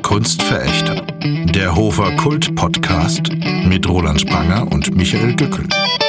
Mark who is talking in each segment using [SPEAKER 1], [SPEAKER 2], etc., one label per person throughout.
[SPEAKER 1] Kunstverächter. Der Hofer Kult Podcast mit Roland Spranger und Michael Gückel.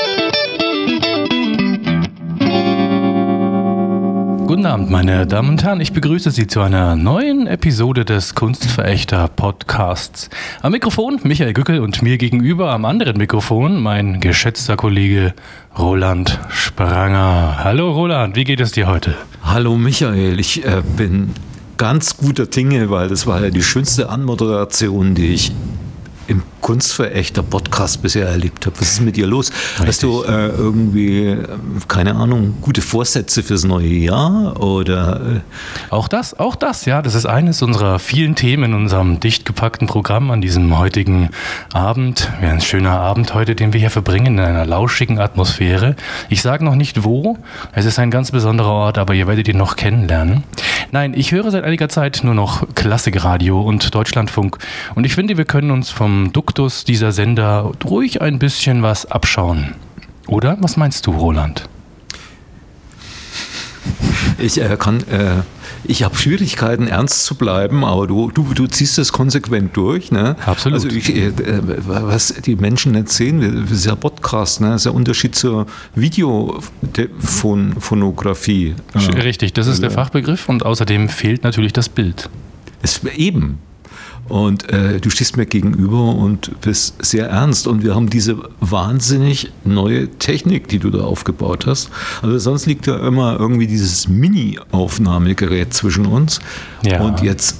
[SPEAKER 2] Guten Abend, meine Damen und Herren. Ich begrüße Sie zu einer neuen Episode des Kunstverächter Podcasts. Am Mikrofon Michael Gückel und mir gegenüber am anderen Mikrofon mein geschätzter Kollege Roland Spranger. Hallo Roland, wie geht es dir heute?
[SPEAKER 3] Hallo Michael, ich bin ganz guter Dinge, weil das war ja die schönste Anmoderation, die ich im Kunstverächter-Podcast bisher erlebt habe. Was ist mit dir los? Richtig. Hast du irgendwie, keine Ahnung, gute Vorsätze fürs neue Jahr? Oder?
[SPEAKER 2] Auch das, ja. Das ist eines unserer vielen Themen in unserem dicht gepackten Programm an diesem heutigen Abend. Ja, ein schöner Abend heute, den wir hier verbringen, in einer lauschigen Atmosphäre. Ich sage noch nicht wo. Es ist ein ganz besonderer Ort, aber ihr werdet ihn noch kennenlernen. Nein, ich höre seit einiger Zeit nur noch Klassikradio und Deutschlandfunk. Und ich finde, wir können uns vom Duktus dieser Sender ruhig ein bisschen was abschauen. Oder? Was meinst du, Roland?
[SPEAKER 3] Ich habe Schwierigkeiten, ernst zu bleiben, aber du ziehst das konsequent durch. Ne?
[SPEAKER 2] Absolut.
[SPEAKER 3] Also was die Menschen nicht sehen, das ist ja Podcast, ne? Das ist der Unterschied zur Videophonografie.
[SPEAKER 2] Richtig, das ist der Fachbegriff und außerdem fehlt natürlich das Bild.
[SPEAKER 3] Eben. Und du stehst mir gegenüber und bist sehr ernst. Und wir haben diese wahnsinnig neue Technik, die du da aufgebaut hast. Also sonst liegt ja immer irgendwie dieses Mini-Aufnahmegerät zwischen uns. Ja. Und jetzt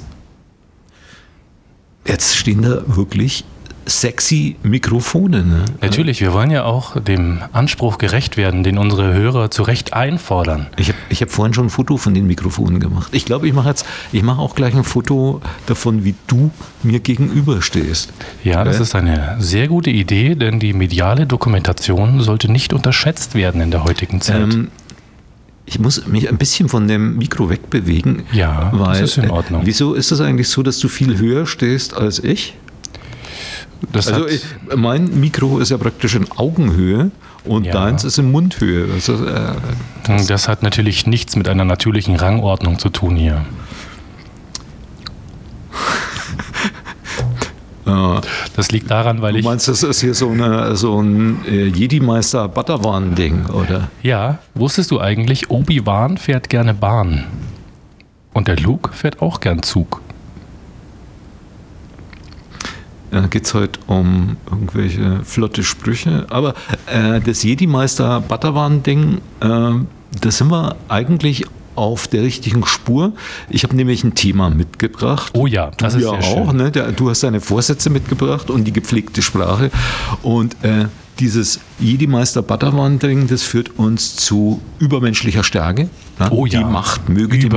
[SPEAKER 3] stehen da wirklich sexy Mikrofone. Ne?
[SPEAKER 2] Natürlich, wir wollen ja auch dem Anspruch gerecht werden, den unsere Hörer zu Recht einfordern.
[SPEAKER 3] Ich hab vorhin schon ein Foto von den Mikrofonen gemacht. Ich glaube, ich mache auch gleich ein Foto davon, wie du mir gegenüberstehst.
[SPEAKER 2] Ja, das ist eine sehr gute Idee, denn die mediale Dokumentation sollte nicht unterschätzt werden in der heutigen Zeit.
[SPEAKER 3] Ich muss mich ein bisschen von dem Mikro wegbewegen.
[SPEAKER 2] Ja,
[SPEAKER 3] weil,
[SPEAKER 2] das ist in Ordnung.
[SPEAKER 3] Wieso ist es eigentlich so, dass du viel höher stehst als ich? Mein Mikro ist ja praktisch in Augenhöhe und deins ist in Mundhöhe.
[SPEAKER 2] Das hat natürlich nichts mit einer natürlichen Rangordnung zu tun hier. Das liegt daran, weil
[SPEAKER 3] du meinst, das ist hier so ein Jedi-Meister-Padawan-Ding, oder?
[SPEAKER 2] Ja, wusstest du eigentlich, Obi-Wan fährt gerne Bahn. Und der Luke fährt auch gern Zug.
[SPEAKER 3] Geht es heute um irgendwelche flotte Sprüche. Aber das Jedi-Meister-Padawan-Ding, da sind wir eigentlich auf der richtigen Spur. Ich habe nämlich ein Thema mitgebracht.
[SPEAKER 2] Oh ja, das ist sehr schön.
[SPEAKER 3] Ne? Du hast deine Vorsätze mitgebracht und die gepflegte Sprache. Und dieses Jedi-Meister-Padawan-Ding, das führt uns zu übermenschlicher Stärke. Ja?
[SPEAKER 2] Oh ja,
[SPEAKER 3] die Macht, möge die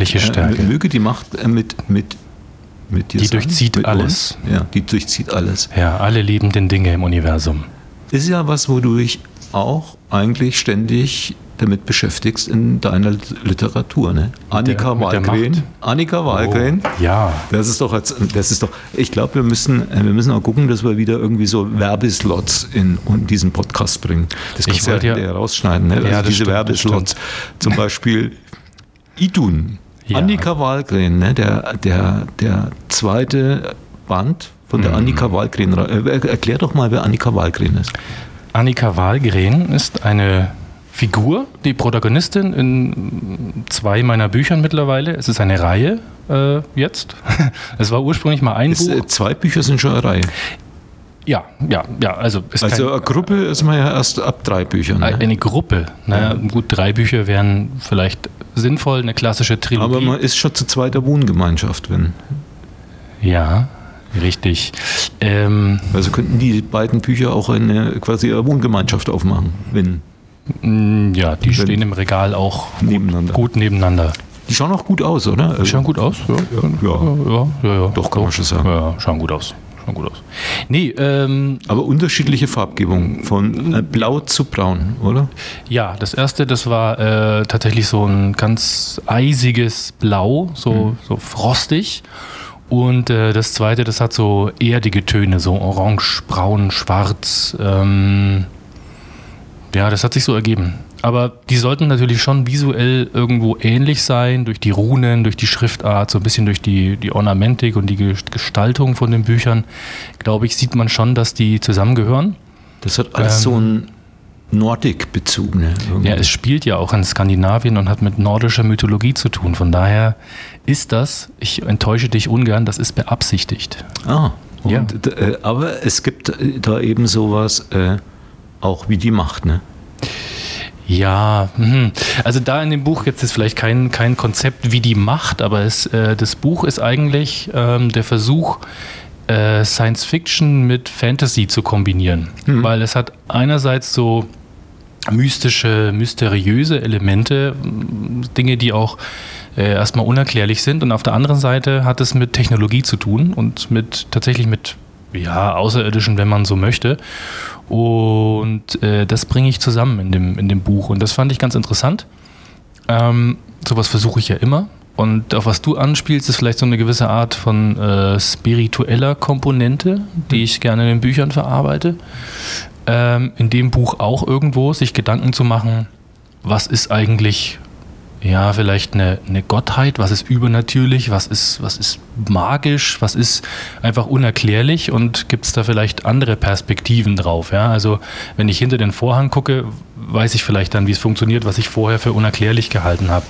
[SPEAKER 3] Macht mit
[SPEAKER 2] die durchzieht alles.
[SPEAKER 3] Ja, die durchzieht alles.
[SPEAKER 2] Ja, alle liebenden Dinge im Universum.
[SPEAKER 3] Das ist ja was, wo du dich auch eigentlich ständig damit beschäftigst in deiner Literatur. Ne? Annika Wahlgren.
[SPEAKER 2] Oh, ja.
[SPEAKER 3] Das ist doch, ich glaube, wir müssen auch gucken, dass wir wieder irgendwie so Werbeslots in diesen Podcast bringen. Das kannst du ja rausschneiden. Ne?
[SPEAKER 2] Ja,
[SPEAKER 3] also diese Werbeslots. Zum Beispiel Idun. Ja. Annika Wahlgren, ne? der zweite Band von der Annika Wahlgren. Erklär doch mal, wer Annika Wahlgren ist.
[SPEAKER 2] Annika Wahlgren ist eine Figur, die Protagonistin in 2 meiner Büchern mittlerweile. Es ist eine Reihe jetzt. Es war ursprünglich mal ein Buch.
[SPEAKER 3] 2 Bücher sind schon eine Reihe.
[SPEAKER 2] Ja. Also
[SPEAKER 3] eine Gruppe ist man ja erst ab 3 Büchern. Ne?
[SPEAKER 2] Eine Gruppe. Naja, gut, 3 Bücher wären vielleicht sinnvoll, eine klassische Trilogie.
[SPEAKER 3] Aber man ist schon zu zweiter Wohngemeinschaft, wenn.
[SPEAKER 2] Ja, richtig.
[SPEAKER 3] Also könnten die beiden Bücher auch quasi eine Wohngemeinschaft aufmachen, wenn.
[SPEAKER 2] Ja, die stehen im Regal auch gut nebeneinander.
[SPEAKER 3] Die schauen auch gut aus, oder?
[SPEAKER 2] Die schauen gut aus, ja.
[SPEAKER 3] Doch, kann man schon sagen.
[SPEAKER 2] Ja, schauen gut aus. Nee,
[SPEAKER 3] aber unterschiedliche Farbgebung, von blau zu braun, oder?
[SPEAKER 2] Ja, das erste, das war tatsächlich so ein ganz eisiges Blau, so frostig. Und das zweite, das hat so erdige Töne, so orange, braun, schwarz. Ja, das hat sich so ergeben. Aber die sollten natürlich schon visuell irgendwo ähnlich sein, durch die Runen, durch die Schriftart, so ein bisschen durch die Ornamentik und die Gestaltung von den Büchern, glaube ich, sieht man schon, dass die zusammengehören.
[SPEAKER 3] Das hat alles so einen Nordik-Bezug, ne? Irgendwie.
[SPEAKER 2] Ja, es spielt ja auch in Skandinavien und hat mit nordischer Mythologie zu tun. Von daher ist das, ich enttäusche dich ungern, das ist beabsichtigt.
[SPEAKER 3] Und, aber es gibt da eben sowas auch wie die Macht, ne?
[SPEAKER 2] Ja, also da in dem Buch jetzt ist vielleicht kein Konzept wie die Macht, aber das Buch ist eigentlich der Versuch, Science Fiction mit Fantasy zu kombinieren, weil es hat einerseits so mysteriöse Elemente, Dinge, die auch erstmal unerklärlich sind, und auf der anderen Seite hat es mit Technologie zu tun und tatsächlich mit Außerirdischen, wenn man so möchte. Und das bringe ich zusammen in dem Buch. Und das fand ich ganz interessant. Sowas versuche ich ja immer. Und auf was du anspielst, ist vielleicht so eine gewisse Art von spiritueller Komponente, die ich gerne in den Büchern verarbeite. In dem Buch auch irgendwo sich Gedanken zu machen, was ist eigentlich vielleicht eine Gottheit, was ist übernatürlich, was ist magisch, was ist einfach unerklärlich, und gibt es da vielleicht andere Perspektiven drauf. Ja? Also wenn ich hinter den Vorhang gucke, weiß ich vielleicht dann, wie es funktioniert, was ich vorher für unerklärlich gehalten habe.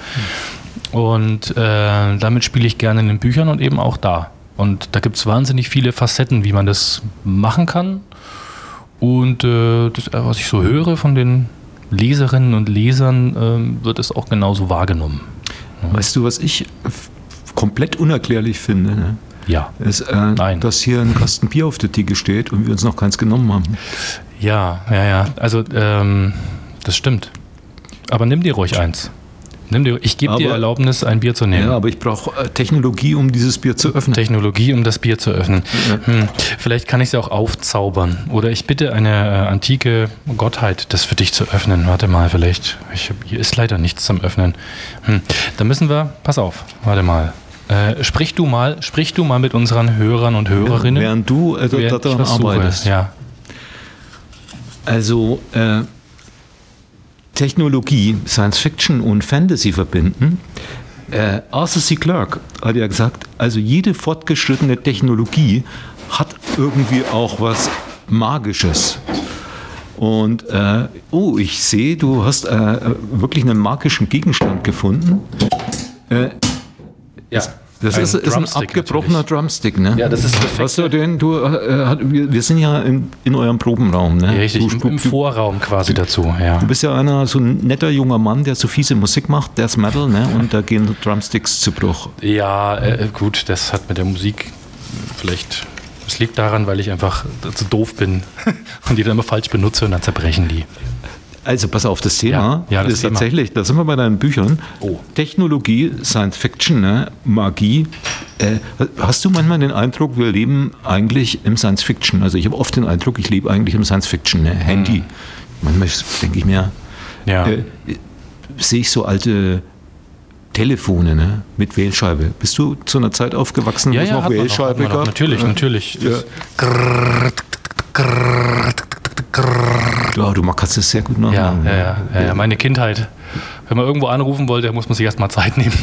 [SPEAKER 2] Und damit spiele ich gerne in den Büchern und eben auch da. Und da gibt es wahnsinnig viele Facetten, wie man das machen kann. Und das, was ich so höre von den Leserinnen und Lesern, wird es auch genauso wahrgenommen.
[SPEAKER 3] Weißt du, was ich komplett unerklärlich finde? Ne?
[SPEAKER 2] Ja.
[SPEAKER 3] Ist, dass hier ein Kasten Bier auf der Theke steht und wir uns noch keins genommen haben.
[SPEAKER 2] Ja. Also, das stimmt. Aber nimm dir ruhig eins. Ich gebe dir Erlaubnis, ein Bier zu nehmen.
[SPEAKER 3] Ja, aber ich brauche Technologie, um dieses Bier zu öffnen.
[SPEAKER 2] Technologie, um das Bier zu öffnen. Ja. Vielleicht kann ich es ja auch aufzaubern. Oder ich bitte eine antike Gottheit, das für dich zu öffnen. Warte mal, vielleicht. Hier ist leider nichts zum Öffnen. Da müssen wir, pass auf, warte mal. Sprich du mal mit unseren Hörern und Hörerinnen.
[SPEAKER 3] Während du daran arbeitest.
[SPEAKER 2] Ja.
[SPEAKER 3] Also, Technologie, Science Fiction und Fantasy verbinden. Arthur C. Clarke hat ja gesagt, also jede fortgeschrittene Technologie hat irgendwie auch was Magisches. Und ich sehe, du hast wirklich einen magischen Gegenstand gefunden. Das ist ein abgebrochener natürlich. Drumstick, ne?
[SPEAKER 2] Ja, das ist perfekt.
[SPEAKER 3] Hast du den? Wir sind ja in eurem Probenraum, ne?
[SPEAKER 2] Ja, richtig, im Vorraum quasi dazu, ja.
[SPEAKER 3] Du bist ja so ein netter junger Mann, der so fiese Musik macht, Death Metal, ne? Und da gehen Drumsticks zu Bruch.
[SPEAKER 2] Ja, gut, das hat mit der Musik vielleicht, es liegt daran, weil ich einfach zu doof bin und die dann immer falsch benutze und dann zerbrechen die.
[SPEAKER 3] Also pass auf, das Thema
[SPEAKER 2] das
[SPEAKER 3] ist
[SPEAKER 2] Thema.
[SPEAKER 3] Tatsächlich, da sind wir bei deinen Büchern, Technologie, Science Fiction, ne? Magie. Hast du manchmal den Eindruck, wir leben eigentlich im Science Fiction? Also ich habe oft den Eindruck, ich lebe eigentlich im Science Fiction, ne? Handy. Manchmal denke ich mir, sehe ich so alte Telefone, ne? Mit Wählscheibe. Bist du zu einer Zeit aufgewachsen, wo es noch Wählscheibe gab?
[SPEAKER 2] Natürlich.
[SPEAKER 3] Ja. Ja, du kannst es sehr gut nachmachen.
[SPEAKER 2] Ja, meine Kindheit. Wenn man irgendwo anrufen wollte, muss man sich erstmal Zeit nehmen.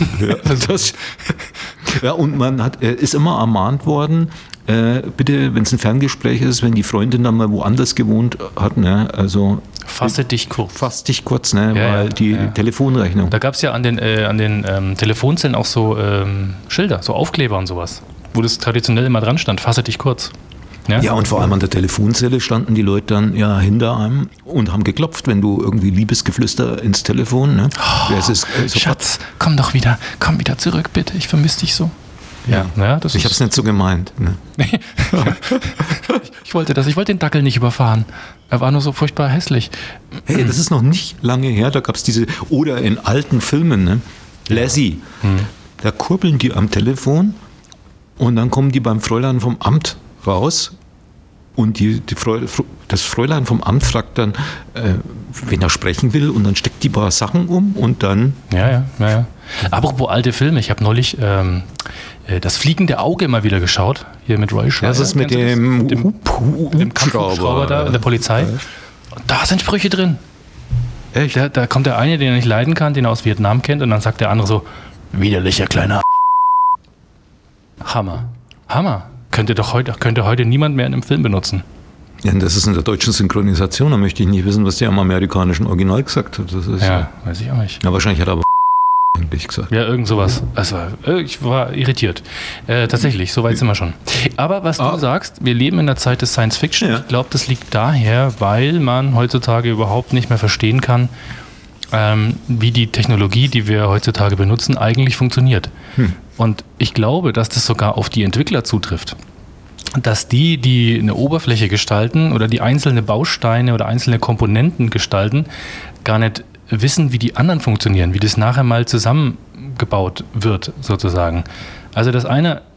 [SPEAKER 3] Und man ist immer ermahnt worden, bitte, wenn es ein Ferngespräch ist, wenn die Freundin dann mal woanders gewohnt hat, ne, also
[SPEAKER 2] fasse dich kurz.
[SPEAKER 3] Ne, weil die Telefonrechnung.
[SPEAKER 2] Da gab es ja an den Telefonzellen auch so Schilder, so Aufkleber und sowas, wo das traditionell immer dran stand, fasse dich kurz. Ja,
[SPEAKER 3] und vor allem an der Telefonzelle standen die Leute dann hinter einem und haben geklopft, wenn du irgendwie Liebesgeflüster ins Telefon. Ne?
[SPEAKER 2] Schatz, komm wieder zurück, bitte, ich vermisse dich so.
[SPEAKER 3] Ich habe es nicht so gemeint. Ne?
[SPEAKER 2] Ich wollte den Dackel nicht überfahren. Er war nur so furchtbar hässlich.
[SPEAKER 3] Hey, das ist noch nicht lange her, da gab es oder in alten Filmen, ne? Lassie, da kurbeln die am Telefon und dann kommen die beim Fräulein vom Amt raus und das Fräulein vom Amt fragt dann, wen er sprechen will, und dann steckt die paar Sachen um und dann...
[SPEAKER 2] Ja. Apropos alte Filme, ich habe neulich das fliegende Auge mal wieder geschaut, hier mit Roy Schreiber.
[SPEAKER 3] Das ist mit dem
[SPEAKER 2] Kampfhubschrauber da in der Polizei. Und da sind Sprüche drin.
[SPEAKER 3] Echt?
[SPEAKER 2] Da kommt der eine, den er nicht leiden kann, den er aus Vietnam kennt, und dann sagt der andere so, widerlicher kleiner Hammer. Könnte heute niemand mehr in einem Film benutzen.
[SPEAKER 3] Ja, das ist in der deutschen Synchronisation, da möchte ich nicht wissen, was der am amerikanischen Original gesagt hat. Das ist,
[SPEAKER 2] weiß ich auch nicht.
[SPEAKER 3] Ja, wahrscheinlich hat er aber eigentlich gesagt.
[SPEAKER 2] Ja, irgend sowas. Also, ich war irritiert. Tatsächlich, so weit sind wir schon. Aber was du sagst, wir leben in der Zeit des Science Fiction. Ja. Ich glaube, das liegt daher, weil man heutzutage überhaupt nicht mehr verstehen kann, wie die Technologie, die wir heutzutage benutzen, eigentlich funktioniert. Und ich glaube, dass das sogar auf die Entwickler zutrifft. Dass die eine Oberfläche gestalten oder die einzelne Bausteine oder einzelne Komponenten gestalten, gar nicht wissen, wie die anderen funktionieren, wie das nachher mal zusammengebaut wird, sozusagen. Also das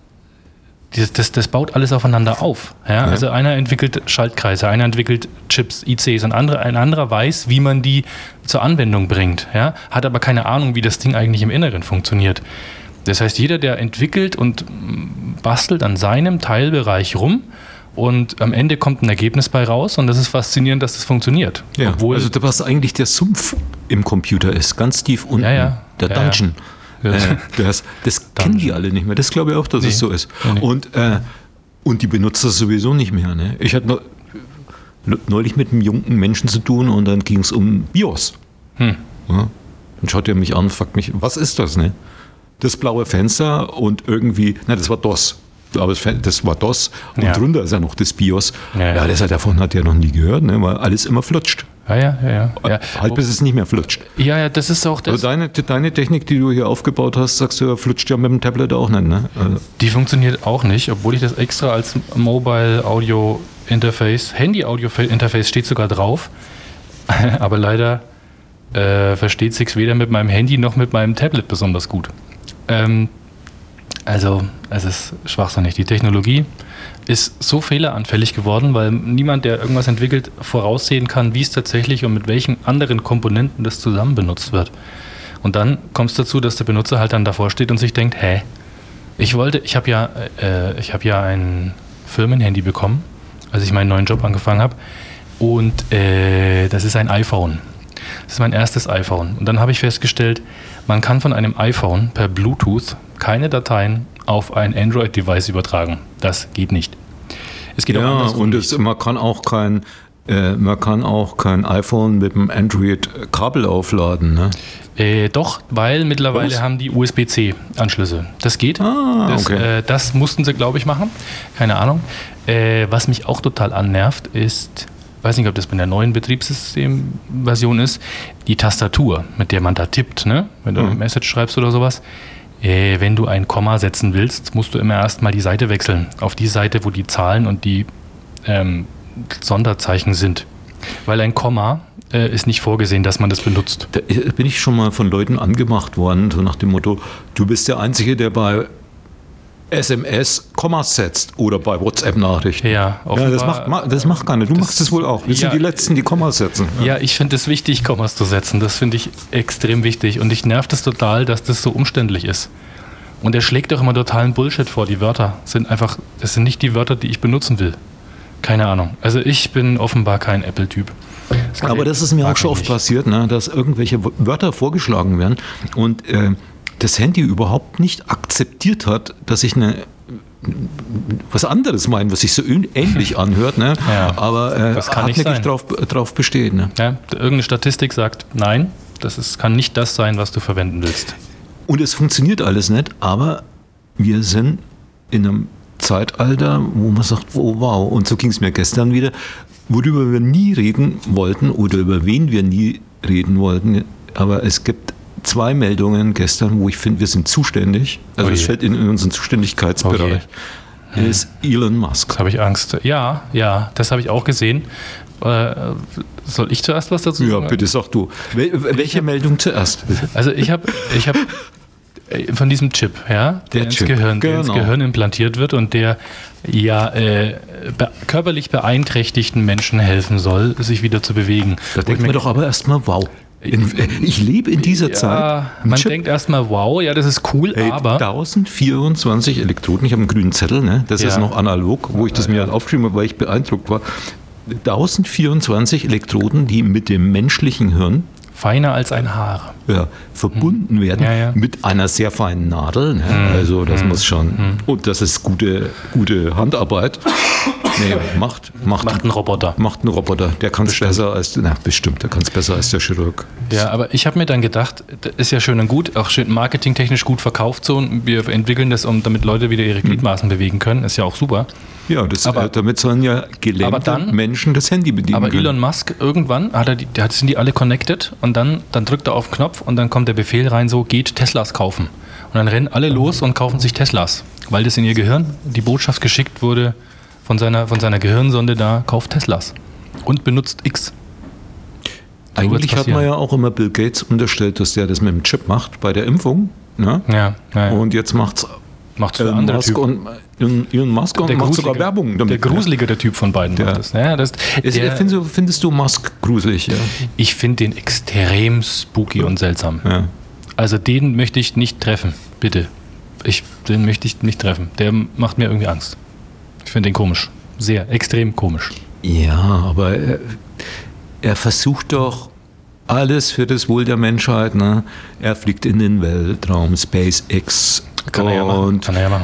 [SPEAKER 2] baut alles aufeinander auf. Ja? Also einer entwickelt Schaltkreise, einer entwickelt Chips, ICs, ein anderer weiß, wie man die zur Anwendung bringt, ja? Hat aber keine Ahnung, wie das Ding eigentlich im Inneren funktioniert. Das heißt, jeder, der entwickelt und bastelt an seinem Teilbereich rum, und am Ende kommt ein Ergebnis bei raus, und das ist faszinierend, dass das funktioniert.
[SPEAKER 3] Ja, obwohl, also was eigentlich der Sumpf im Computer ist, ganz tief unten, der Dungeon. Das kennen die alle nicht mehr. Das glaube ich auch, dass es so ist. Nee. Und die benutzen das sowieso nicht mehr. Ne? Ich hatte neulich mit einem jungen Menschen zu tun, und dann ging es um BIOS. Ja, dann schaut er mich an und fragt mich, was ist das? Ne? Das blaue Fenster und irgendwie, das war DOS. Aber das war DOS und drunter ist ja noch das BIOS. Ja, davon hat er noch nie gehört, ne, weil alles immer flutscht. Ja. Halt bis es nicht mehr flutscht.
[SPEAKER 2] Ja, das ist auch das.
[SPEAKER 3] Also deine Technik, die du hier aufgebaut hast, sagst du, flutscht ja mit dem Tablet auch nicht, ne? Also
[SPEAKER 2] die funktioniert auch nicht, obwohl ich das extra als Mobile Audio Interface, Handy Audio Interface steht sogar drauf. Aber leider versteht sich's weder mit meinem Handy noch mit meinem Tablet besonders gut. Also, es ist schwachsinnig. Die Technologie ist so fehleranfällig geworden, weil niemand, der irgendwas entwickelt, voraussehen kann, wie es tatsächlich und mit welchen anderen Komponenten das zusammen benutzt wird. Und dann kommt es dazu, dass der Benutzer halt dann davor steht und sich denkt, ich habe ja ein Firmenhandy bekommen, als ich meinen neuen Job angefangen habe, und das ist ein iPhone. Das ist mein erstes iPhone. Und dann habe ich festgestellt, man kann von einem iPhone per Bluetooth keine Dateien auf ein Android-Device übertragen. Das geht nicht. Es geht auch andersrum.
[SPEAKER 3] Und man kann auch kein iPhone mit einem Android-Kabel aufladen, ne?
[SPEAKER 2] Doch, weil mittlerweile haben die USB-C-Anschlüsse. Das geht.
[SPEAKER 3] Okay.
[SPEAKER 2] Das mussten sie, glaube ich, machen. Keine Ahnung. Was mich auch total annervt, ist, ich weiß nicht, ob das bei der neuen Betriebssystem-Version ist, die Tastatur, mit der man da tippt, ne? Wenn du eine Message schreibst oder sowas. Wenn du ein Komma setzen willst, musst du immer erstmal die Seite wechseln. Auf die Seite, wo die Zahlen und die Sonderzeichen sind. Weil ein Komma ist nicht vorgesehen, dass man das benutzt.
[SPEAKER 3] Da bin ich schon mal von Leuten angemacht worden, so nach dem Motto, du bist der Einzige, der bei SMS Kommas setzt oder bei WhatsApp-Nachrichten.
[SPEAKER 2] Ja,
[SPEAKER 3] das macht gar nicht. Du machst es wohl auch. Wir sind die Letzten, die Kommas setzen.
[SPEAKER 2] Ja, ich finde es wichtig, Kommas zu setzen. Das finde ich extrem wichtig. Und ich nervt es total, dass das so umständlich ist. Und er schlägt auch immer totalen Bullshit vor. Die Wörter das sind nicht die Wörter, die ich benutzen will. Keine Ahnung. Also ich bin offenbar kein Apple-Typ.
[SPEAKER 3] Aber das ist mir auch schon oft passiert, ne, dass irgendwelche Wörter vorgeschlagen werden und das Handy überhaupt nicht akzeptiert hat, dass ich was anderes meine, was sich so ähnlich anhört, ne?
[SPEAKER 2] Ja,
[SPEAKER 3] aber
[SPEAKER 2] das kann nicht
[SPEAKER 3] hartnäckig drauf besteht. Ne?
[SPEAKER 2] Ja, irgendeine Statistik sagt, nein, kann nicht das sein, was du verwenden willst.
[SPEAKER 3] Und es funktioniert alles nicht, aber wir sind in einem Zeitalter, wo man sagt, oh wow, und so ging es mir gestern wieder, worüber wir nie reden wollten oder über wen wir nie reden wollten, aber es gibt 2 Meldungen gestern, wo ich finde, wir sind zuständig, also es fällt in unseren Zuständigkeitsbereich, ist Elon Musk.
[SPEAKER 2] Jetzt habe ich Angst. Ja, das habe ich auch gesehen. Soll ich zuerst was dazu sagen?
[SPEAKER 3] Ja, bitte sag du. Welche Meldung zuerst?
[SPEAKER 2] Also ich habe von diesem Chip, der ins Gehirn implantiert wird und der körperlich beeinträchtigten Menschen helfen soll, sich wieder zu bewegen.
[SPEAKER 3] Da denkt man doch aber erstmal, wow. Ich lebe in dieser Zeit.
[SPEAKER 2] Man denkt erstmal, wow, ja, das ist cool, aber
[SPEAKER 3] 1024 Elektroden, ich habe einen grünen Zettel, ne? Das ist noch analog, wo ich das mir aufgeschrieben habe, weil ich beeindruckt war. 1024 Elektroden, die mit dem menschlichen Hirn
[SPEAKER 2] feiner als ein Haar.
[SPEAKER 3] Ja, verbunden werden mit einer sehr feinen Nadel. Ne? Also das muss schon, und das ist gute Handarbeit. Nee, macht
[SPEAKER 2] ein Roboter.
[SPEAKER 3] Macht ein Roboter. Der kann es besser als, bestimmt, der kann es besser als der Chirurg.
[SPEAKER 2] Ja, aber ich habe mir dann gedacht, das ist ja schön und gut, auch schön marketingtechnisch gut verkauft so. Und wir entwickeln das, damit Leute wieder ihre Gliedmaßen bewegen können. Ist ja auch super.
[SPEAKER 3] Ja, damit sollen ja gelähmte Menschen das Handy bedienen
[SPEAKER 2] aber
[SPEAKER 3] können.
[SPEAKER 2] Elon Musk, irgendwann sind die alle connected und dann drückt er auf den Knopf und dann kommt der Befehl rein, so geht Teslas kaufen. Und dann rennen alle los und kaufen sich Teslas, weil das in ihr Gehirn die Botschaft geschickt wurde von seiner Gehirnsonde da, kauft Teslas und benutzt X. So
[SPEAKER 3] eigentlich hat man ja auch immer Bill Gates unterstellt, dass der das mit dem Chip macht bei der Impfung. Ne?
[SPEAKER 2] Ja.
[SPEAKER 3] Und jetzt macht's
[SPEAKER 2] für andere
[SPEAKER 3] Musk und Elon Musk und macht sogar Werbung damit.
[SPEAKER 2] Der gruseligere Typ von beiden macht das. Ja,
[SPEAKER 3] findest du Musk gruselig? Ja?
[SPEAKER 2] Ich finde den extrem spooky und seltsam.
[SPEAKER 3] Ja.
[SPEAKER 2] Also den möchte ich nicht treffen, bitte. Den möchte ich nicht treffen. Der macht mir irgendwie Angst. Ich finde den komisch. Sehr, extrem komisch.
[SPEAKER 3] Ja, aber er versucht doch alles für das Wohl der Menschheit. Ne? Er fliegt in den Weltraum, SpaceX.
[SPEAKER 2] Kann er ja machen.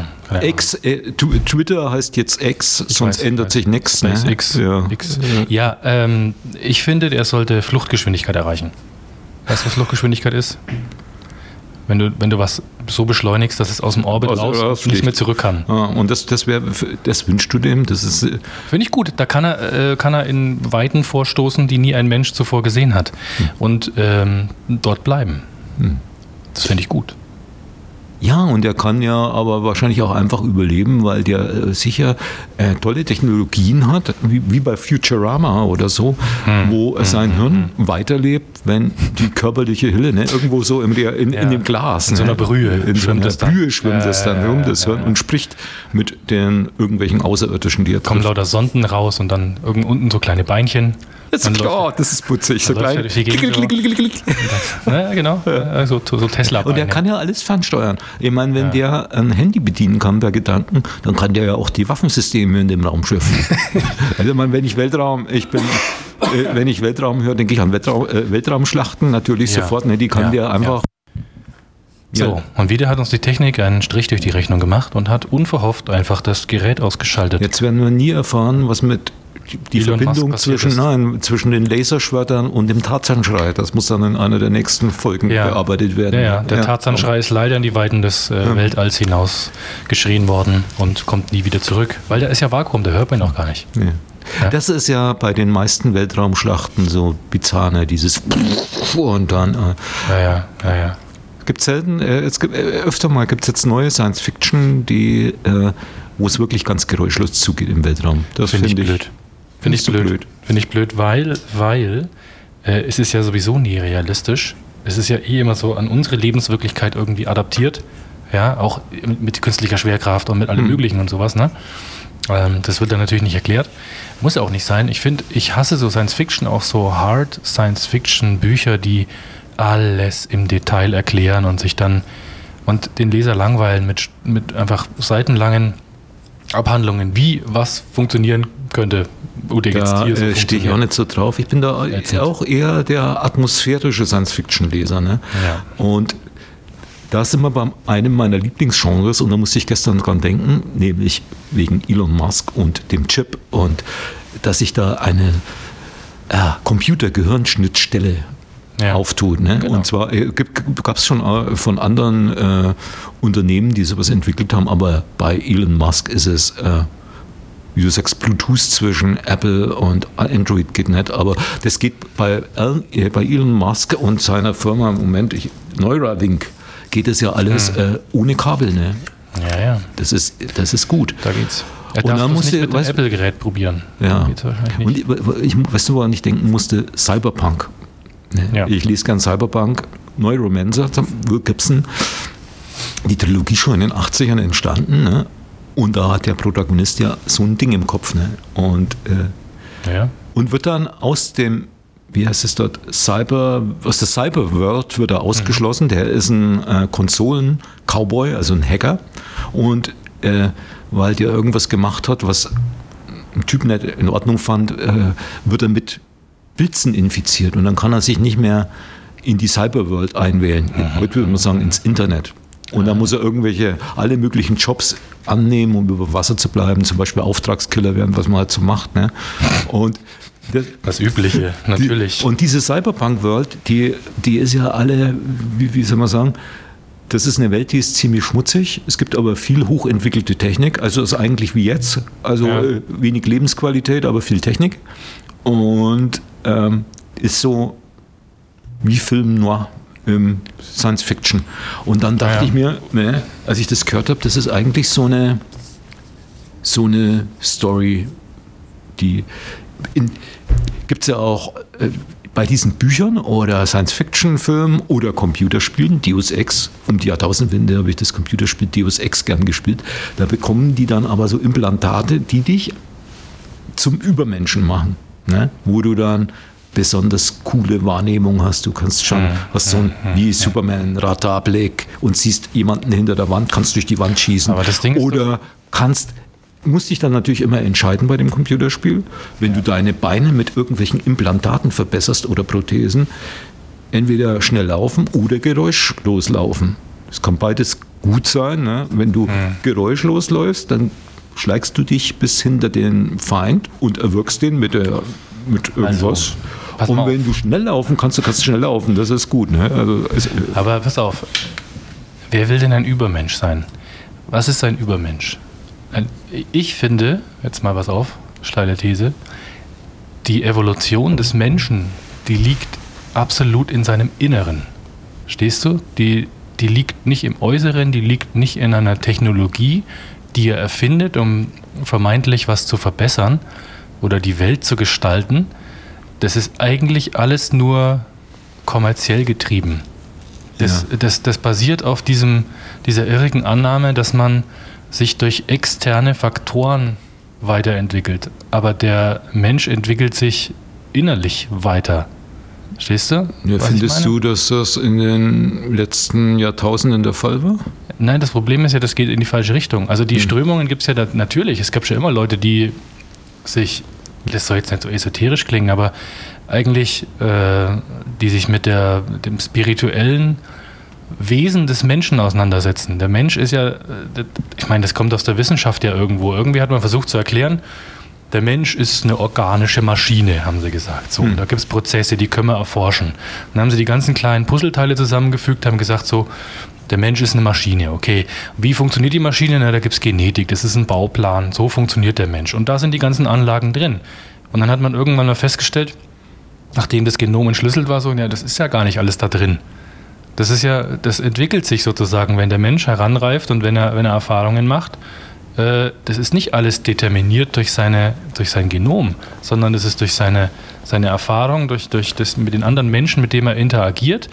[SPEAKER 3] Twitter heißt jetzt X, sonst ändert sich nichts.
[SPEAKER 2] SpaceX.
[SPEAKER 3] Ne?
[SPEAKER 2] Ja, ich finde, der sollte Fluchtgeschwindigkeit erreichen. Weißt du, was Fluchtgeschwindigkeit ist? Wenn du was so beschleunigst, dass es aus dem Orbit raus nicht mehr zurück kann.
[SPEAKER 3] Ja, und das wünschst du dem? Das ist
[SPEAKER 2] finde ich gut. Da kann er in Weiten vorstoßen, die nie ein Mensch zuvor gesehen hat. Und dort bleiben. Das finde ich gut.
[SPEAKER 3] Ja, und er kann ja aber wahrscheinlich auch einfach überleben, weil der sicher tolle Technologien hat, wie bei Futurama oder so, wo sein Hirn weiterlebt, wenn die körperliche Hülle irgendwo so in dem Glas.
[SPEAKER 2] In so einer Brühe
[SPEAKER 3] schwimmt das dann rum, das Hirn, und spricht mit den irgendwelchen Außerirdischen, die er
[SPEAKER 2] kommen lauter Sonden raus und dann unten so kleine Beinchen.
[SPEAKER 3] Das ist klar, das ist putzig. So klein.
[SPEAKER 2] Ja, genau. So Tesla.
[SPEAKER 3] Und er kann ja alles fernsteuern. Ich meine, wenn der ein Handy bedienen kann per Gedanken, dann kann der ja auch die Waffensysteme in dem Raumschiff. Also, wenn ich Weltraum höre, denke ich an Weltraumschlachten natürlich sofort. Ne, die kann der einfach.
[SPEAKER 2] So, und wieder hat uns die Technik einen Strich durch die Rechnung gemacht und hat unverhofft einfach das Gerät ausgeschaltet.
[SPEAKER 3] Jetzt werden wir nie erfahren, was mit die
[SPEAKER 2] Elon
[SPEAKER 3] Verbindung zwischen den Laserschwertern und dem Tarzanschrei. Das muss dann in einer der nächsten Folgen bearbeitet werden.
[SPEAKER 2] Ja, der Tarzanschrei ist leider in die Weiten des Weltalls hinaus geschrien worden und kommt nie wieder zurück. Weil der ist ja Vakuum, der hört man auch gar nicht.
[SPEAKER 3] Ja. Ja. Das ist ja bei den meisten Weltraumschlachten so bizarr, dieses und dann.
[SPEAKER 2] Ja.
[SPEAKER 3] Gibt selten, öfter mal gibt es jetzt neue Science-Fiction, wo es wirklich ganz geräuschlos zugeht im Weltraum. Das finde ich blöd.
[SPEAKER 2] Finde ich blöd, weil es ist ja sowieso nie realistisch. Es ist ja immer so an unsere Lebenswirklichkeit irgendwie adaptiert. Ja, auch mit künstlicher Schwerkraft und mit allem Möglichen und sowas. Ne? Das wird dann natürlich nicht erklärt. Muss ja auch nicht sein. Ich hasse so Science-Fiction, auch so Hard Science-Fiction-Bücher, die alles im Detail erklären und den Leser langweilen mit einfach seitenlangen Abhandlungen, wie was funktionieren könnte.
[SPEAKER 3] Da stehe ich auch nicht so drauf. Ich bin da auch eher der atmosphärische Science-Fiction-Leser. Ne?
[SPEAKER 2] Ja.
[SPEAKER 3] Und da sind wir bei einem meiner Lieblingsgenres und da musste ich gestern dran denken, nämlich wegen Elon Musk und dem Chip und dass sich da eine Computer-Gehirnschnittstelle auftut. Ne?
[SPEAKER 2] Genau.
[SPEAKER 3] Und zwar gab es schon von anderen Unternehmen, die sowas entwickelt haben, aber bei Elon Musk ist es, wie du sagst, Bluetooth zwischen Apple und Android geht nicht, aber das geht bei Elon Musk und seiner Firma im Moment, Neuralink, geht es ja alles ohne Kabel. Ne?
[SPEAKER 2] Ja.
[SPEAKER 3] Das ist gut.
[SPEAKER 2] Da geht's.
[SPEAKER 3] Und dann musste
[SPEAKER 2] mit dem Apple-Gerät probieren.
[SPEAKER 3] Ja. Und weißt du, woran ich denken musste? Cyberpunk. Ne? Ja. Ich lese gern Cyberpunk, Neuromancer, Will Gibson, die Trilogie schon in den 80ern entstanden. Ne? Und da hat der Protagonist ja so ein Ding im Kopf. Ne? Und wird dann aus dem, wie heißt es dort, aus der Cyberworld wird er ausgeschlossen. Der ist ein Konsolen-Cowboy, also ein Hacker. Und weil der irgendwas gemacht hat, was ein Typ nicht in Ordnung fand, wird er mit Blitzen infiziert und dann kann er sich nicht mehr in die Cyberworld einwählen. Heute würde man sagen, ins Internet. Und dann muss er alle möglichen Jobs annehmen, um über Wasser zu bleiben, zum Beispiel Auftragskiller werden, was man halt so macht. Ne? Und
[SPEAKER 2] das Übliche, natürlich.
[SPEAKER 3] Und diese Cyberpunk-World, die ist ja alle, wie soll man sagen, das ist eine Welt, die ist ziemlich schmutzig. Es gibt aber viel hochentwickelte Technik. Also ist eigentlich wie jetzt. Also wenig Lebensqualität, aber viel Technik. Und ist so wie Film noir. Science Fiction. Und dann dachte ich mir, ne, als ich das gehört habe, das ist eigentlich so eine Story, die gibt es ja auch bei diesen Büchern oder Science-Fiction-Filmen oder Computerspielen, Deus Ex, um die Jahrtausendwende habe ich das Computerspiel Deus Ex gern gespielt, da bekommen die dann aber so Implantate, die dich zum Übermenschen machen, ne? Wo du dann besonders coole Wahrnehmung hast. Du kannst schon, hast so ein wie Superman Radarblick und siehst jemanden hinter der Wand, kannst durch die Wand schießen.
[SPEAKER 2] Aber das Ding ist
[SPEAKER 3] oder musst dich dann natürlich immer entscheiden bei dem Computerspiel, wenn du deine Beine mit irgendwelchen Implantaten verbesserst oder Prothesen, entweder schnell laufen oder geräuschlos laufen. Es kann beides gut sein. Ne? Wenn du geräuschlos läufst, dann schleichst du dich bis hinter den Feind und erwürgst den mit irgendwas.
[SPEAKER 2] Also,
[SPEAKER 3] und wenn du schnell laufen kannst, du schnell laufen, das ist gut. Ne?
[SPEAKER 2] Aber pass auf, wer will denn ein Übermensch sein? Was ist ein Übermensch? Ich finde, jetzt mal was auf, steile These, die Evolution des Menschen, die liegt absolut in seinem Inneren. Stehst du? Die liegt nicht im Äußeren, die liegt nicht in einer Technologie, die er erfindet, um vermeintlich was zu verbessern oder die Welt zu gestalten. Das ist eigentlich alles nur kommerziell getrieben. Das basiert auf dieser irrigen Annahme, dass man sich durch externe Faktoren weiterentwickelt. Aber der Mensch entwickelt sich innerlich weiter. Verstehst du?
[SPEAKER 3] Ja, findest du, dass das in den letzten Jahrtausenden der Fall war?
[SPEAKER 2] Nein, das Problem ist ja, das geht in die falsche Richtung. Also die Strömungen gibt es ja natürlich. Es gab schon immer Leute, die sich, das soll jetzt nicht so esoterisch klingen, aber eigentlich, die sich mit dem spirituellen Wesen des Menschen auseinandersetzen. Der Mensch ist ja, ich meine, das kommt aus der Wissenschaft ja irgendwo. Irgendwie hat man versucht zu erklären, der Mensch ist eine organische Maschine, haben sie gesagt. So, da gibt es Prozesse, die können wir erforschen. Dann haben sie die ganzen kleinen Puzzleteile zusammengefügt, haben gesagt so, der Mensch ist eine Maschine, okay. Wie funktioniert die Maschine? Na, da gibt es Genetik, das ist ein Bauplan, so funktioniert der Mensch. Und da sind die ganzen Anlagen drin. Und dann hat man irgendwann mal festgestellt, nachdem das Genom entschlüsselt war, so, ja, das ist ja gar nicht alles da drin. Das entwickelt sich sozusagen, wenn der Mensch heranreift und wenn er Erfahrungen macht. Das ist nicht alles determiniert durch sein Genom, sondern das ist durch seine Erfahrung, durch das mit den anderen Menschen, mit denen er interagiert,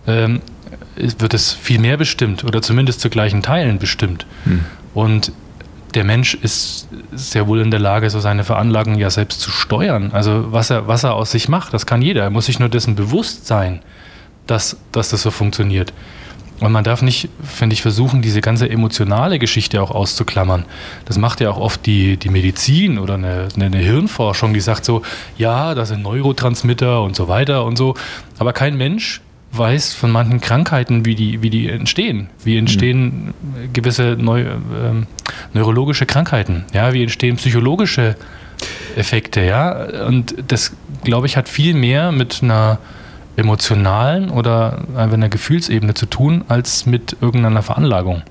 [SPEAKER 2] wird es viel mehr bestimmt oder zumindest zu gleichen Teilen bestimmt. Und der Mensch ist sehr wohl in der Lage, so seine Veranlagung ja selbst zu steuern. Also was er aus sich macht, das kann jeder. Er muss sich nur dessen bewusst sein, dass das so funktioniert. Und man darf nicht, finde ich, versuchen, diese ganze emotionale Geschichte auch auszuklammern. Das macht ja auch oft die Medizin oder eine Hirnforschung, die sagt so, ja, das sind Neurotransmitter und so weiter und so. Aber kein Mensch weiß von manchen Krankheiten, wie die entstehen. Wie entstehen gewisse neurologische Krankheiten? Ja, wie entstehen psychologische Effekte? Ja, und das, glaube ich, hat viel mehr mit einer emotionalen oder einfach einer Gefühlsebene zu tun, als mit irgendeiner Veranlagung.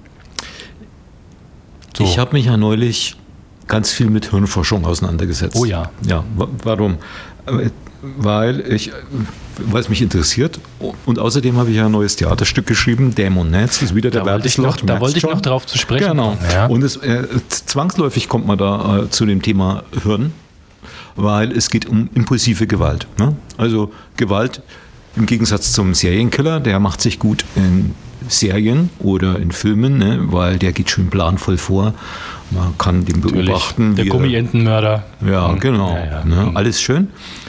[SPEAKER 2] So.
[SPEAKER 3] Ich habe mich ja neulich ganz viel mit Hirnforschung auseinandergesetzt.
[SPEAKER 2] Oh ja.
[SPEAKER 3] Ja, warum? Weil es mich interessiert und außerdem habe ich ja ein neues Theaterstück geschrieben, Dämon, ne? Jetzt ist wieder der Werbeslot.
[SPEAKER 2] Da wollte ich noch drauf zu sprechen.
[SPEAKER 3] Genau.
[SPEAKER 2] Ja.
[SPEAKER 3] Und zwangsläufig kommt man da zu dem Thema Hirn, weil es geht um impulsive Gewalt. Ne? Also Gewalt im Gegensatz zum Serienkiller, der macht sich gut in Serien oder in Filmen, ne? Weil der geht schön planvoll vor. Man kann den beobachten.
[SPEAKER 2] Der Gummientenmörder.
[SPEAKER 3] Ja, genau.
[SPEAKER 2] Ja.
[SPEAKER 3] Ne? Alles schön.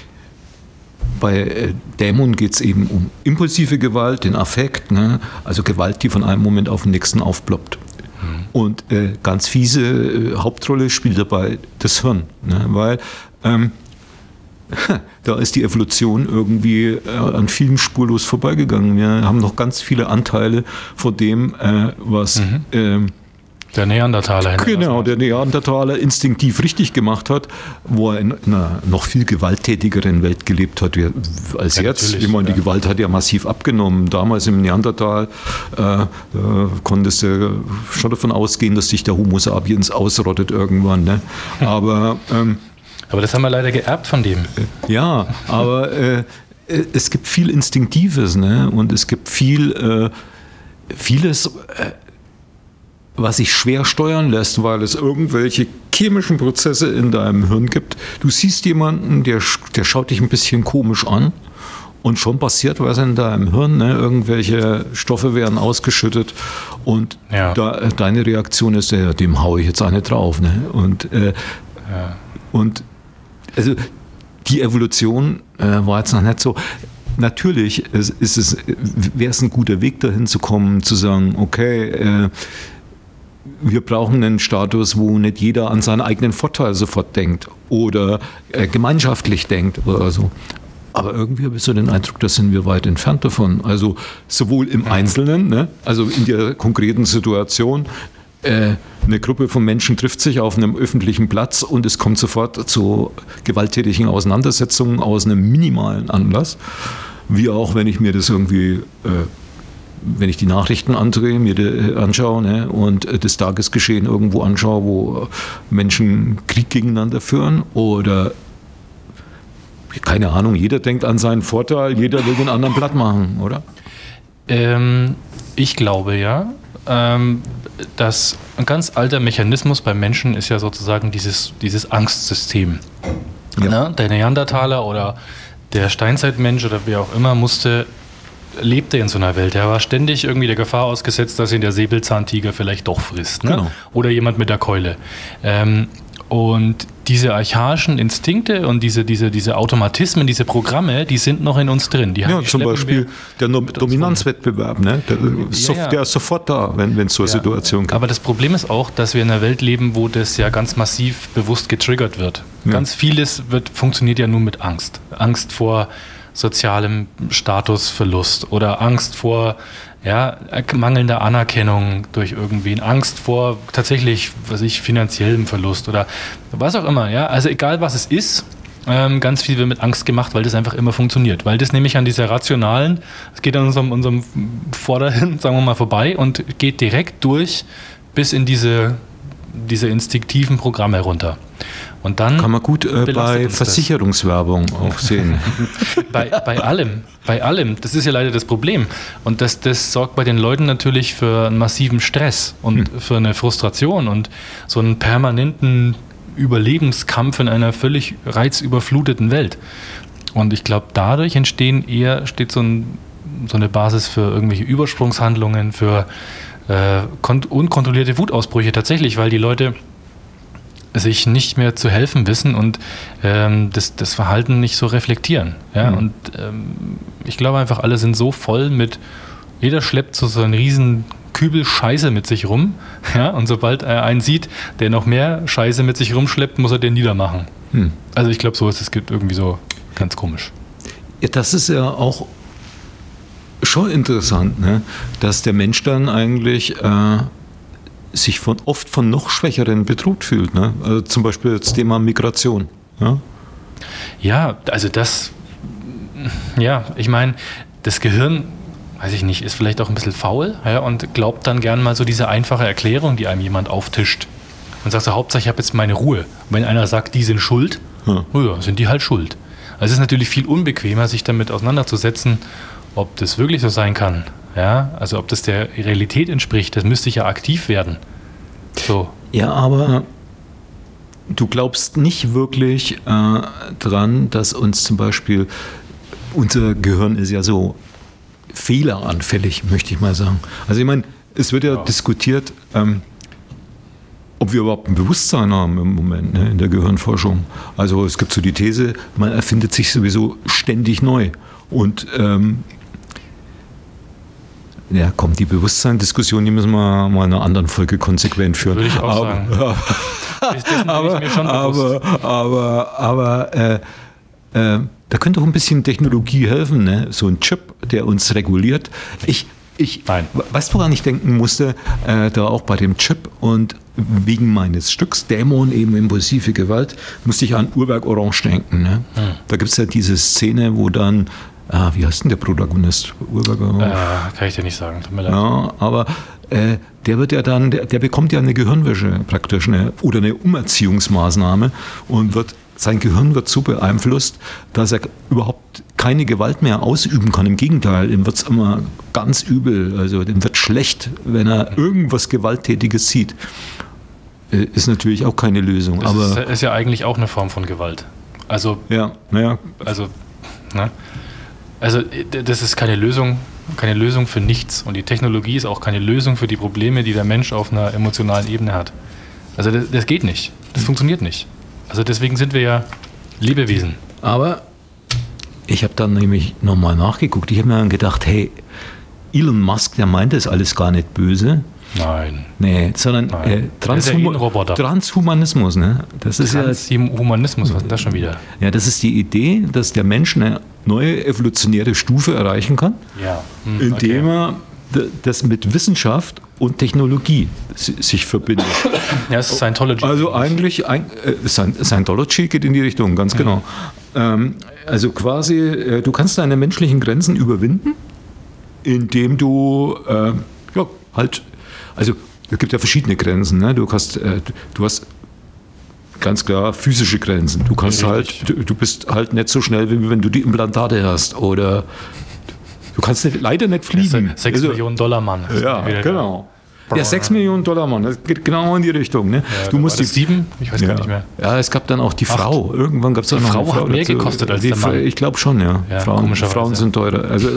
[SPEAKER 3] Bei Dämon geht es eben um impulsive Gewalt, den Affekt, ne? Also Gewalt, die von einem Moment auf den nächsten aufploppt. Und ganz fiese Hauptrolle spielt dabei das Hirn, ne? Weil da ist die Evolution irgendwie an vielem spurlos vorbeigegangen. Wir haben noch ganz viele Anteile von dem, was
[SPEAKER 2] der Neandertaler.
[SPEAKER 3] Genau, der Neandertaler instinktiv richtig gemacht hat, wo er in einer noch viel gewalttätigeren Welt gelebt hat als jetzt. Ich meine, die Gewalt hat ja massiv abgenommen. Damals im Neandertal konntest du schon davon ausgehen, dass sich der Homo sapiens ausrottet irgendwann. Ne? Aber
[SPEAKER 2] das haben wir leider geerbt von dem.
[SPEAKER 3] Ja, aber es gibt viel Instinktives, ne? Und es gibt vieles, was sich schwer steuern lässt, weil es irgendwelche chemischen Prozesse in deinem Hirn gibt. Du siehst jemanden, der schaut dich ein bisschen komisch an und schon passiert was in deinem Hirn. Ne? Irgendwelche Stoffe werden ausgeschüttet und deine Reaktion ist, dem haue ich jetzt eine drauf. Ne? Und also die Evolution war jetzt noch nicht so. Natürlich wäre es ein guter Weg dahin zu kommen, zu sagen, okay, wir brauchen einen Status, wo nicht jeder an seinen eigenen Vorteil sofort denkt oder gemeinschaftlich denkt oder so. Aber irgendwie habe ich so den Eindruck, da sind wir weit entfernt davon. Also sowohl im Einzelnen, ne, also in der konkreten Situation, eine Gruppe von Menschen trifft sich auf einem öffentlichen Platz und es kommt sofort zu gewalttätigen Auseinandersetzungen aus einem minimalen Anlass. Wie auch, wenn ich mir das irgendwie, wenn ich die Nachrichten andrehe, mir anschaue, ne, und das Tagesgeschehen irgendwo anschaue, wo Menschen Krieg gegeneinander führen oder keine Ahnung, jeder denkt an seinen Vorteil, jeder will den anderen platt machen, oder?
[SPEAKER 2] Ich glaube ja. Dass ein ganz alter Mechanismus beim Menschen ist ja sozusagen dieses Angstsystem. Ja. Ne? Der Neandertaler oder der Steinzeitmensch oder wer auch immer lebte in so einer Welt. Er war ständig irgendwie der Gefahr ausgesetzt, dass ihn der Säbelzahntiger vielleicht doch frisst. Ne? Genau. Oder jemand mit der Keule. Und diese archaischen Instinkte und diese Automatismen, diese Programme, die sind noch in uns drin.
[SPEAKER 3] Zum Beispiel der Dominanzwettbewerb, ne? Der ist sofort da, wenn es zur Situation kommt.
[SPEAKER 2] Aber das Problem ist auch, dass wir in einer Welt leben, wo das ja ganz massiv bewusst getriggert wird. Ja. Ganz vieles funktioniert ja nur mit Angst. Angst vor sozialem Statusverlust oder Angst vor mangelnder Anerkennung durch irgendwen, Angst vor tatsächlich, finanziellem Verlust oder was auch immer. Ja? Also egal, was es ist, ganz viel wird mit Angst gemacht, weil das einfach immer funktioniert. Weil das nämlich an dieser rationalen, es geht an unserem Vorderhirn, sagen wir mal, vorbei und geht direkt durch bis in diese instinktiven Programme runter. Und dann
[SPEAKER 3] kann man gut bei Versicherungswerbung auch sehen.
[SPEAKER 2] bei allem. Das ist ja leider das Problem. Und das sorgt bei den Leuten natürlich für einen massiven Stress und für eine Frustration und so einen permanenten Überlebenskampf in einer völlig reizüberfluteten Welt. Und ich glaube, dadurch steht so eine Basis für irgendwelche Übersprungshandlungen, für unkontrollierte Wutausbrüche tatsächlich, weil die Leute sich nicht mehr zu helfen wissen und das Verhalten nicht so reflektieren. Ja? Und ich glaube einfach, alle sind so voll jeder schleppt so einen riesen Kübel Scheiße mit sich rum. Ja? Und sobald er einen sieht, der noch mehr Scheiße mit sich rumschleppt, muss er den niedermachen. Also ich glaube, so ist es irgendwie so ganz komisch.
[SPEAKER 3] Ja, das ist ja auch schon interessant, ne? Dass der Mensch dann eigentlich sich oft von noch Schwächeren bedroht fühlt. Ne? Also zum Beispiel das Thema Migration.
[SPEAKER 2] Ja, also ich meine, das Gehirn, weiß ich nicht, ist vielleicht auch ein bisschen faul, ja, und glaubt dann gern mal so diese einfache Erklärung, die einem jemand auftischt. Und sagt so, Hauptsache ich habe jetzt meine Ruhe. Wenn einer sagt, die sind schuld, sind die halt schuld. Also es ist natürlich viel unbequemer, sich damit auseinanderzusetzen, ob das wirklich so sein kann. Ja, also ob das der Realität entspricht, das müsste ich ja aktiv werden. So.
[SPEAKER 3] Ja, aber du glaubst nicht wirklich dran, dass uns zum Beispiel, unser Gehirn ist ja so fehleranfällig, möchte ich mal sagen. Also ich meine, es wird ja diskutiert, ob wir überhaupt ein Bewusstsein haben im Moment, ne, in der Gehirnforschung. Also es gibt so die These, man erfindet sich sowieso ständig neu. Und die Bewusstseinsdiskussion, die müssen wir mal in einer anderen Folge konsequent führen.
[SPEAKER 2] Würde ich auch sagen.
[SPEAKER 3] da könnte auch ein bisschen Technologie helfen, ne? So ein Chip, der uns reguliert.
[SPEAKER 2] Nein.
[SPEAKER 3] Weißt du, woran ich denken musste? Da auch bei dem Chip und wegen meines Stücks Dämon, eben impulsive Gewalt, musste ich an Uhrwerk Orange denken. Ne? Da gibt es ja diese Szene, wo dann, wie heißt denn der Protagonist? Uhrwerk Orange?
[SPEAKER 2] Kann ich dir nicht sagen, tut mir leid.
[SPEAKER 3] Ja, aber der wird ja dann, der bekommt ja eine Gehirnwäsche praktisch, oder eine Umerziehungsmaßnahme und sein Gehirn wird so beeinflusst, dass er überhaupt keine Gewalt mehr ausüben kann. Im Gegenteil, ihm wird es immer ganz übel, also dem wird schlecht, wenn er irgendwas Gewalttätiges sieht. Ist natürlich auch keine Lösung.
[SPEAKER 2] Das ist ja eigentlich auch eine Form von Gewalt. Also,
[SPEAKER 3] ja, naja.
[SPEAKER 2] Also das ist keine Lösung für nichts. Und die Technologie ist auch keine Lösung für die Probleme, die der Mensch auf einer emotionalen Ebene hat. Also das geht nicht. Das funktioniert nicht. Also deswegen sind wir ja Lebewesen.
[SPEAKER 3] Aber ich habe dann nämlich nochmal nachgeguckt. Ich habe mir dann gedacht, hey, Elon Musk, der meint das alles gar nicht böse.
[SPEAKER 2] Nein.
[SPEAKER 3] Nee, sondern Transhumanismus. Ne?
[SPEAKER 2] Transhumanismus, was ist das schon wieder?
[SPEAKER 3] Ja, das ist die Idee, dass der Mensch eine neue evolutionäre Stufe erreichen kann, indem er das mit Wissenschaft und Technologie sich verbindet.
[SPEAKER 2] Ja, es ist Scientology.
[SPEAKER 3] Also eigentlich, Scientology geht in die Richtung, ganz genau. Also quasi, du kannst deine menschlichen Grenzen überwinden, indem du also es gibt ja verschiedene Grenzen. Ne? Du hast ganz klar physische Grenzen. Du kannst du bist halt nicht so schnell, wie wenn du die Implantate hast, oder du kannst leider nicht fliegen.
[SPEAKER 2] 6 Millionen Dollar Mann.
[SPEAKER 3] Ja, genau. Der 6 Millionen Dollar Mann, das geht genau in die Richtung. Ne?
[SPEAKER 2] Ja, du musst 7? Ich weiß gar nicht mehr.
[SPEAKER 3] Ja, es gab dann auch die Frau. Irgendwann gab es auch noch eine Frau.
[SPEAKER 2] Die Frau hat mehr gekostet als der Mann.
[SPEAKER 3] Ich glaube schon, ja. Frauen sind teurer. Also,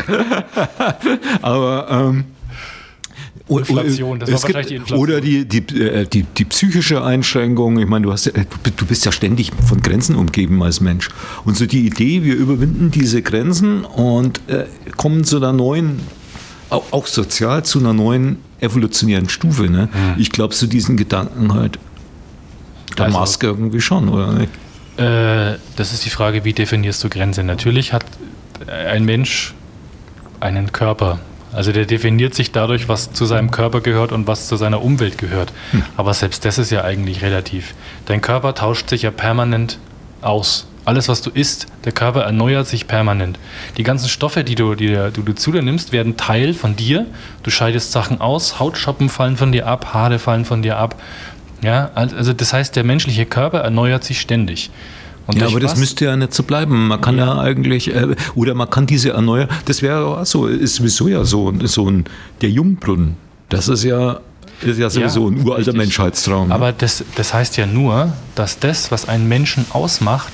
[SPEAKER 3] aber
[SPEAKER 2] Inflation, das war wahrscheinlich die Inflation.
[SPEAKER 3] Oder die psychische Einschränkung. Ich meine, du bist ja ständig von Grenzen umgeben als Mensch. Und so die Idee, wir überwinden diese Grenzen und kommen zu einer neuen, auch sozial, zu einer neuen evolutionären Stufe. Ne? Ich glaube, zu diesen Gedanken halt der Musk irgendwie schon, oder nicht?
[SPEAKER 2] Das ist die Frage, wie definierst du Grenze? Natürlich hat ein Mensch einen Körper. Also der definiert sich dadurch, was zu seinem Körper gehört und was zu seiner Umwelt gehört. Aber selbst das ist ja eigentlich relativ. Dein Körper tauscht sich ja permanent aus. Alles, was du isst, der Körper erneuert sich permanent. Die ganzen Stoffe, die du zu dir nimmst, werden Teil von dir. Du scheidest Sachen aus, Hautschuppen fallen von dir ab, Haare fallen von dir ab. Ja, also das heißt, der menschliche Körper erneuert sich ständig.
[SPEAKER 3] Ja, aber das müsste ja nicht so bleiben. Man kann ja eigentlich, oder man kann diese erneuern, das wäre auch so, ist sowieso ja so der Jungbrunnen. Das ist ja sowieso ein uralter Menschheitstraum.
[SPEAKER 2] Aber das heißt ja nur, dass das, was einen Menschen ausmacht,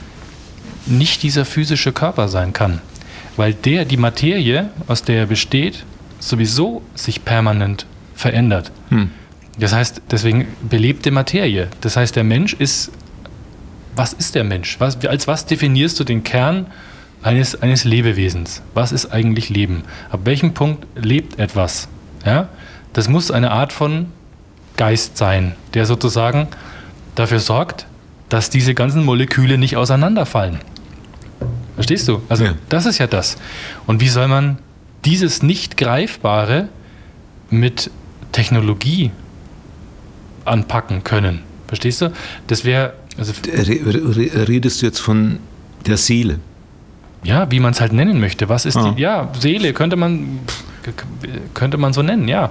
[SPEAKER 2] nicht dieser physische Körper sein kann. Weil die Materie, aus der er besteht, sowieso sich permanent verändert. Das heißt, deswegen belebte Materie. Das heißt, der Mensch ist. Was ist der Mensch? Als was definierst du den Kern eines Lebewesens? Was ist eigentlich Leben? Ab welchem Punkt lebt etwas? Ja? Das muss eine Art von Geist sein, der sozusagen dafür sorgt, dass diese ganzen Moleküle nicht auseinanderfallen. Verstehst du? Also das ist ja das. Und wie soll man dieses nicht Greifbare mit Technologie anpacken können? Verstehst du? Das wäre...
[SPEAKER 3] Redest du jetzt von der Seele?
[SPEAKER 2] Ja, wie man es halt nennen möchte. Was ist die? Ja, Seele könnte man so nennen, ja.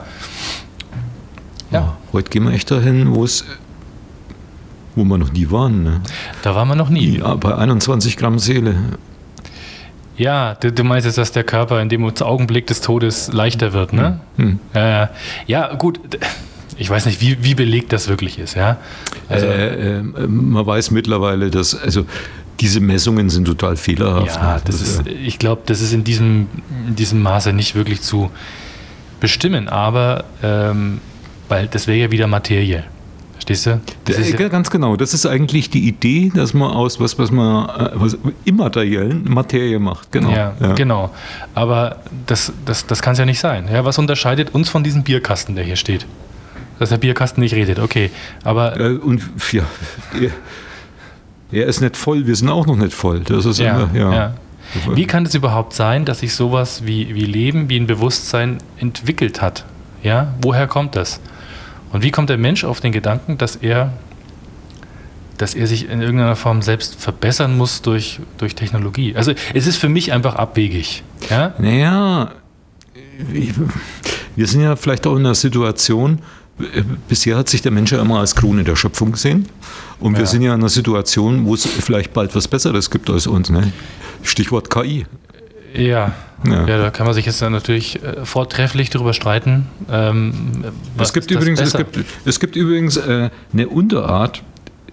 [SPEAKER 3] Heute gehen wir echt dahin, wo wir noch nie waren. Ne?
[SPEAKER 2] Da waren wir noch nie.
[SPEAKER 3] Ja, bei 21 Gramm Seele.
[SPEAKER 2] Ja, du meinst jetzt, dass der Körper in dem Augenblick des Todes leichter wird, ne? Ja, gut. Ich weiß nicht, wie belegt das wirklich ist. Ja?
[SPEAKER 3] Also, man weiß mittlerweile, dass diese Messungen sind total fehlerhaft.
[SPEAKER 2] Ja, ich glaube, das ist in diesem Maße nicht wirklich zu bestimmen, aber weil das wäre ja wieder Materie. Verstehst du?
[SPEAKER 3] Ganz genau. Das ist eigentlich die Idee, dass man aus was immateriellen Materie macht. Genau.
[SPEAKER 2] Ja, genau. Aber das kann es ja nicht sein. Ja, was unterscheidet uns von diesem Bierkasten, der hier steht? Dass der Bierkasten nicht redet, okay. Aber
[SPEAKER 3] Er ist nicht voll, wir sind auch noch nicht voll. Das ist immer, ja.
[SPEAKER 2] Wie kann es überhaupt sein, dass sich sowas wie Leben, wie ein Bewusstsein entwickelt hat? Ja? Woher kommt das? Und wie kommt der Mensch auf den Gedanken, dass er sich in irgendeiner Form selbst verbessern muss durch Technologie? Also es ist für mich einfach abwegig. Ja?
[SPEAKER 3] Naja, wir sind ja vielleicht auch in einer Situation, bisher hat sich der Mensch ja immer als Krone der Schöpfung gesehen. Und wir sind ja in einer Situation, wo es vielleicht bald was Besseres gibt als uns. Ne? Stichwort KI.
[SPEAKER 2] Ja, da kann man sich jetzt natürlich vortrefflich darüber streiten.
[SPEAKER 3] Es gibt übrigens eine Unterart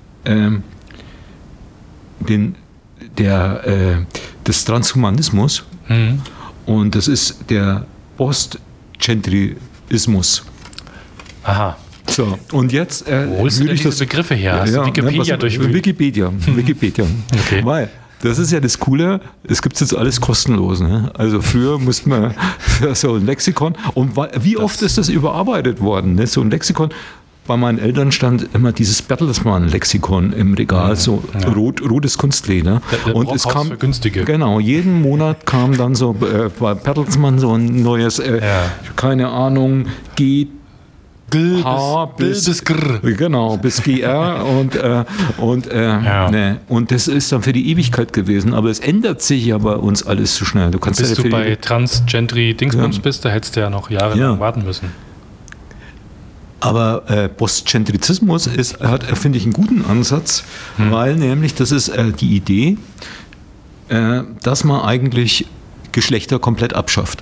[SPEAKER 3] des Transhumanismus und das ist der Postgentrismus.
[SPEAKER 2] Aha.
[SPEAKER 3] So, und jetzt
[SPEAKER 2] wo holst du denn diese Begriffe her? Hast du Wikipedia durchwühlt?
[SPEAKER 3] Wikipedia.
[SPEAKER 2] Okay.
[SPEAKER 3] Weil das ist ja das Coole, es gibt jetzt alles kostenlos. Ne? Also früher musste man so ein Lexikon, und wie oft ist das überarbeitet worden? Ne? So ein Lexikon, bei meinen Eltern stand immer dieses Bertelsmann-Lexikon im Regal, rotes Kunstleder.
[SPEAKER 2] Und es kam günstige.
[SPEAKER 3] Genau, jeden Monat kam dann so bei Bertelsmann so ein neues, keine Ahnung, bis GR und das ist dann für die Ewigkeit gewesen, aber es ändert sich ja bei uns alles so schnell.
[SPEAKER 2] Bis du bei Transgentry-Dingsbums bist, da hättest du ja noch jahrelang warten müssen.
[SPEAKER 3] Aber Postgentrizismus hat, finde ich, einen guten Ansatz, weil nämlich das ist die Idee, dass man eigentlich Geschlechter komplett abschafft.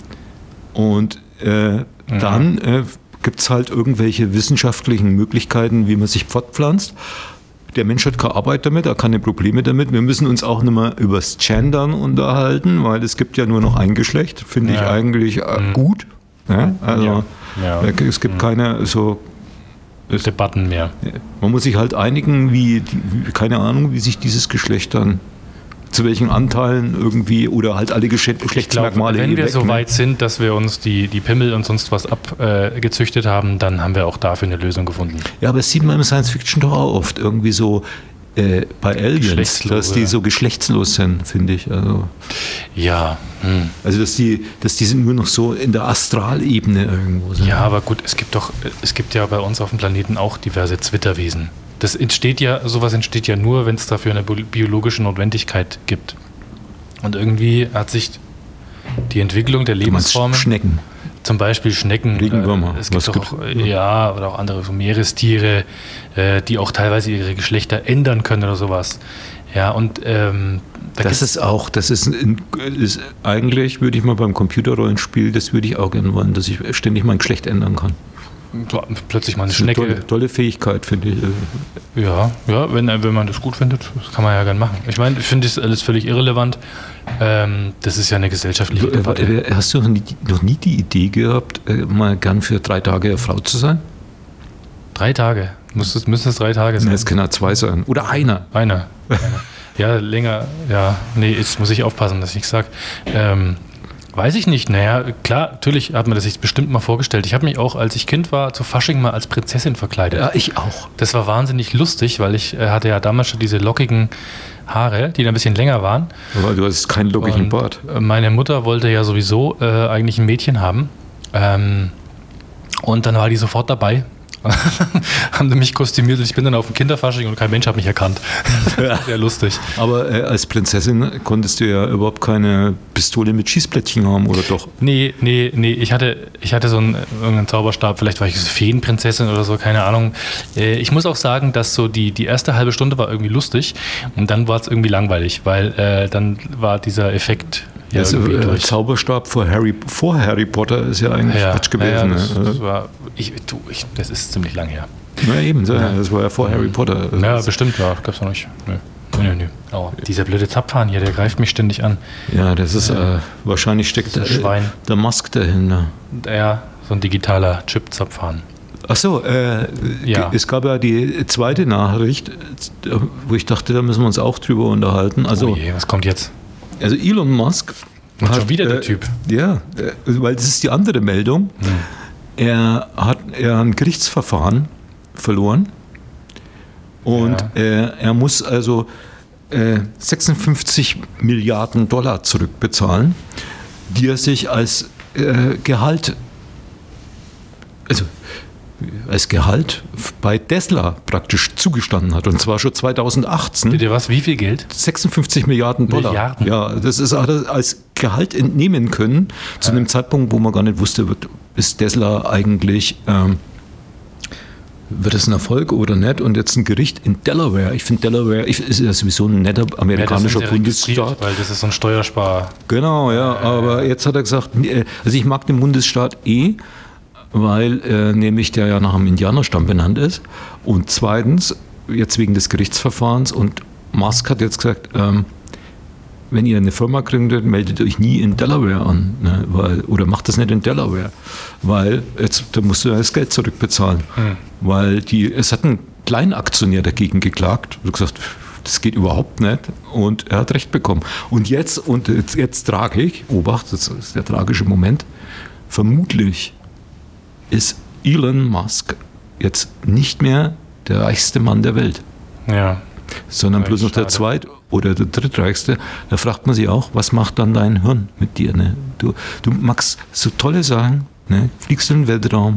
[SPEAKER 3] Und dann gibt es halt irgendwelche wissenschaftlichen Möglichkeiten, wie man sich fortpflanzt. Der Mensch hat keine Arbeit damit, er hat keine Probleme damit. Wir müssen uns auch nicht mehr übers Gendern unterhalten, weil es gibt ja nur noch ein Geschlecht, finde ich eigentlich gut. Ja? Also es gibt keine so
[SPEAKER 2] Debatten mehr.
[SPEAKER 3] Man muss sich halt einigen, keine Ahnung, wie sich dieses Geschlecht dann zu welchen Anteilen irgendwie oder halt alle Geschlechtsmerkmale.
[SPEAKER 2] Wenn wir so weit sind, dass wir uns die Pimmel und sonst was abgezüchtet haben, dann haben wir auch dafür eine Lösung gefunden.
[SPEAKER 3] Ja, aber das sieht man im Science Fiction doch auch oft irgendwie so bei Aliens, dass die so geschlechtslos sind, finde ich. Also, also dass die sind nur noch so in der Astralebene irgendwo sind.
[SPEAKER 2] Ja, aber gut, es gibt ja bei uns auf dem Planeten auch diverse Zwitterwesen. Sowas entsteht ja nur, wenn es dafür eine biologische Notwendigkeit gibt. Und irgendwie hat sich die Entwicklung der Lebensformen,
[SPEAKER 3] Schnecken,
[SPEAKER 2] zum Beispiel Schnecken,
[SPEAKER 3] Regenwürmer,
[SPEAKER 2] es gibt auch, oder auch andere so Meerestiere, die auch teilweise ihre Geschlechter ändern können oder sowas. Ja, und
[SPEAKER 3] ist eigentlich, würde ich mal beim Computerrollenspiel, das würde ich auch gerne wollen, dass ich ständig mein Geschlecht ändern kann.
[SPEAKER 2] Plötzlich mal eine Schnecke.
[SPEAKER 3] Tolle Fähigkeit, finde ich.
[SPEAKER 2] Ja, wenn man das gut findet, das kann man ja gerne machen. Ich meine, ich finde das alles völlig irrelevant. Das ist ja eine gesellschaftliche Debatte.
[SPEAKER 3] Hast du noch nie die Idee gehabt, mal gern für 3 Tage eine Frau zu sein?
[SPEAKER 2] 3 Tage? Müssen es 3 Tage sein?
[SPEAKER 3] Es kann ja 2 sein. Oder einer.
[SPEAKER 2] Einer. Ja, länger. Ja, nee, jetzt muss ich aufpassen, dass ich nichts sage. Weiß ich nicht. Naja, klar, natürlich hat man das sich bestimmt mal vorgestellt. Ich habe mich auch, als ich Kind war, zu Fasching mal als Prinzessin verkleidet.
[SPEAKER 3] Ja, ich auch.
[SPEAKER 2] Das war wahnsinnig lustig, weil ich hatte ja damals schon diese lockigen Haare, die da ein bisschen länger waren.
[SPEAKER 3] Aber du hast keinen lockigen Bart.
[SPEAKER 2] Meine Mutter wollte ja sowieso eigentlich ein Mädchen haben. Und dann war die sofort dabei. Haben sie mich kostümiert und ich bin dann auf dem Kinderfasching und kein Mensch hat mich erkannt. Sehr lustig.
[SPEAKER 3] Aber als Prinzessin konntest du ja überhaupt keine Pistole mit Schießplättchen haben, oder doch?
[SPEAKER 2] Nee. Ich hatte so irgendeinen Zauberstab, vielleicht war ich so Feenprinzessin oder so, keine Ahnung. Ich muss auch sagen, dass so die erste halbe Stunde war irgendwie lustig und dann war es irgendwie langweilig, weil dann war dieser Effekt
[SPEAKER 3] Zauberstab vor Harry Potter ist ja eigentlich Quatsch gewesen.
[SPEAKER 2] Das ist ziemlich lang her.
[SPEAKER 3] Na eben, das war ja vor Harry Potter.
[SPEAKER 2] Ja, bestimmt, gab es noch nicht. Nö. Oh, dieser blöde Zapfhahn hier, der greift mich ständig an.
[SPEAKER 3] Ja, das ist wahrscheinlich steckt der Musk dahinter.
[SPEAKER 2] Ja, so ein digitaler Chip-Zapfhahn.
[SPEAKER 3] Ach so, es gab ja die zweite Nachricht, wo ich dachte, da müssen wir uns auch drüber unterhalten. Also,
[SPEAKER 2] was kommt jetzt?
[SPEAKER 3] Also Elon Musk
[SPEAKER 2] hat schon wieder der Typ.
[SPEAKER 3] Ja, weil das ist die andere Meldung. Er hat ein Gerichtsverfahren verloren Und er muss also 56 Milliarden Dollar zurückbezahlen, die er sich als Gehalt bei Tesla praktisch zugestanden hat. Und zwar schon 2018.
[SPEAKER 2] Bitte was? Wie viel Geld?
[SPEAKER 3] 56 Milliarden Dollar.
[SPEAKER 2] Milliarden?
[SPEAKER 3] Ja, das ist als Gehalt entnehmen können, zu einem Zeitpunkt, wo man gar nicht wusste, ist Tesla eigentlich, wird es ein Erfolg oder nicht? Und jetzt ein Gericht in Delaware. Ich finde Delaware ist ja sowieso ein netter amerikanischer Bundesstaat.
[SPEAKER 2] Weil das ist so ein Steuerspar.
[SPEAKER 3] Genau, ja. Aber jetzt hat er gesagt, also ich mag den Bundesstaat weil nämlich der ja nach einem Indianerstamm benannt ist. Und zweitens, jetzt wegen des Gerichtsverfahrens, und Musk hat jetzt gesagt, wenn ihr eine Firma gründet, meldet euch nie in Delaware an, ne, oder macht das nicht in Delaware, weil da musst du ja das Geld zurückbezahlen. Weil es hat ein Kleinaktionär dagegen geklagt und gesagt, das geht überhaupt nicht, und er hat Recht bekommen. Und jetzt Tragik, Obacht, das ist der tragische Moment, vermutlich ist Elon Musk jetzt nicht mehr der reichste Mann der Welt.
[SPEAKER 2] Ja.
[SPEAKER 3] Sondern bloß noch der zweit- oder der drittreichste. Da fragt man sich auch, was macht dann dein Hirn mit dir? Ne? Du magst so tolle Sachen, ne? Fliegst in den Weltraum,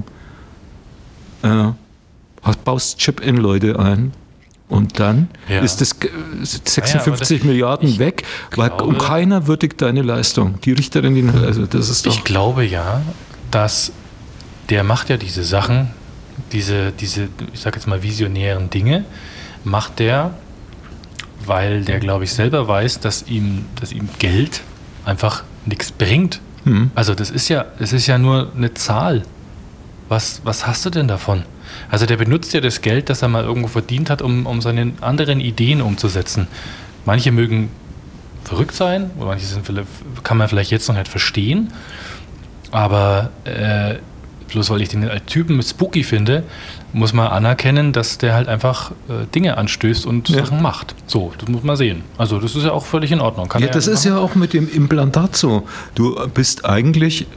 [SPEAKER 3] baust Chip-in-Leute ein, und dann ist das 56 Milliarden weg, und keiner würdigt deine Leistung. Die Richterin, also das ist doch...
[SPEAKER 2] Ich glaube ja, dass der macht ja diese Sachen, diese, ich sag jetzt mal, visionären Dinge, macht der, weil der, glaube ich, selber weiß, dass ihm Geld einfach nichts bringt. Also das ist ja nur eine Zahl. Was hast du denn davon? Also der benutzt ja das Geld, das er mal irgendwo verdient hat, um seine anderen Ideen umzusetzen. Manche mögen verrückt sein, oder manche kann man vielleicht jetzt noch nicht verstehen, aber bloß weil ich den Typen mit Spooky finde, muss man anerkennen, dass der halt einfach Dinge anstößt und Sachen macht. So, das muss man sehen. Also das ist ja auch völlig in Ordnung.
[SPEAKER 3] Das ist ja auch mit dem Implantat so. Du bist eigentlich,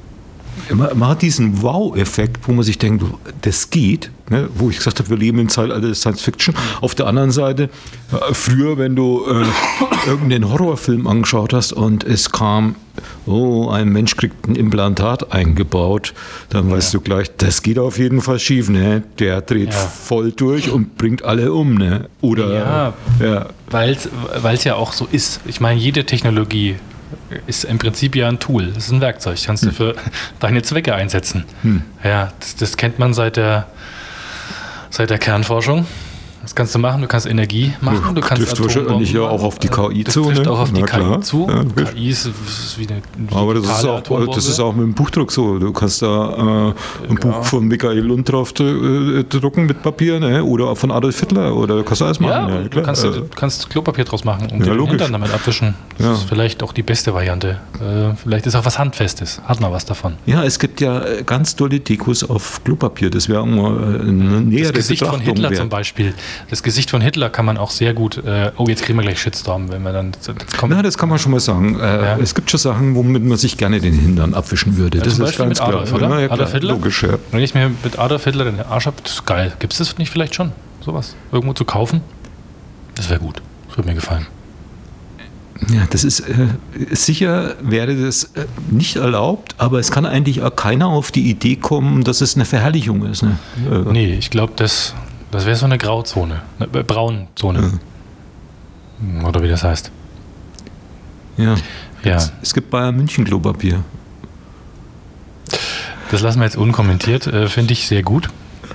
[SPEAKER 3] man hat diesen Wow-Effekt, wo man sich denkt, das geht, ne? Wo ich gesagt habe, wir leben im Zeitalter des Science-Fiction. Auf der anderen Seite, früher, wenn du irgendeinen Horrorfilm angeschaut hast und es kam, ein Mensch kriegt ein Implantat eingebaut, dann weißt du gleich, das geht auf jeden Fall schief, ne? Der dreht voll durch und bringt alle um, ne? Oder
[SPEAKER 2] weil es ja auch so ist. Ich meine, jede Technologie ist im Prinzip ja ein Tool. Das ist ein Werkzeug. Kannst du für deine Zwecke einsetzen. Ja, das kennt man seit der Kernforschung. Das kannst du machen. Du kannst Energie machen. Du kannst
[SPEAKER 3] trifft wahrscheinlich ja auch auf die KI zu.
[SPEAKER 2] Trifft auch auf die
[SPEAKER 3] KI
[SPEAKER 2] zu.
[SPEAKER 3] Ja,
[SPEAKER 2] KI ist wie eine
[SPEAKER 3] aber das ist auch mit dem Buchdruck so. Du kannst da ein Buch von Michael Lund drauf drucken mit Papier, ne? Oder von Adolf Hitler, oder du kannst alles machen.
[SPEAKER 2] Ja, du kannst Klopapier draus machen und den Hintern damit abwischen. Das ist vielleicht auch die beste Variante. Vielleicht ist auch was Handfestes. Hat man was davon.
[SPEAKER 3] Ja, es gibt ja ganz tolle Dekos auf Klopapier. Das wäre mal eine nähere
[SPEAKER 2] Das Gesicht
[SPEAKER 3] Betrachtung
[SPEAKER 2] von Hitler
[SPEAKER 3] wert.
[SPEAKER 2] zum Beispiel. Das Gesicht von Hitler kann man auch sehr gut, jetzt kriegen wir gleich Shitstorm, wenn wir dann kommen.
[SPEAKER 3] Na, das kann man schon mal sagen. Es gibt schon Sachen, womit man sich gerne den Hintern abwischen würde.
[SPEAKER 2] Ja,
[SPEAKER 3] das
[SPEAKER 2] zum
[SPEAKER 3] ist
[SPEAKER 2] Beispiel
[SPEAKER 3] ganz
[SPEAKER 2] mit Adolf,
[SPEAKER 3] klar.
[SPEAKER 2] oder?
[SPEAKER 3] Ja,
[SPEAKER 2] Adolf Hitler?
[SPEAKER 3] Logisch, ja.
[SPEAKER 2] Wenn ich mir mit Adolf Hitler den Arsch habe, das ist geil. Gibt es das nicht vielleicht schon? Sowas? Irgendwo zu kaufen? Das wäre gut. Das würde mir gefallen.
[SPEAKER 3] Ja, das ist sicher wäre das nicht erlaubt, aber es kann eigentlich auch keiner auf die Idee kommen, dass es eine Verherrlichung ist. Ne?
[SPEAKER 2] Nee, ich glaube, das wäre so eine Grauzone, eine Braunzone. Oder wie das heißt.
[SPEAKER 3] Ja.
[SPEAKER 2] Ja.
[SPEAKER 3] Es gibt Bayern München Klopapier.
[SPEAKER 2] Das lassen wir jetzt unkommentiert, finde ich sehr gut.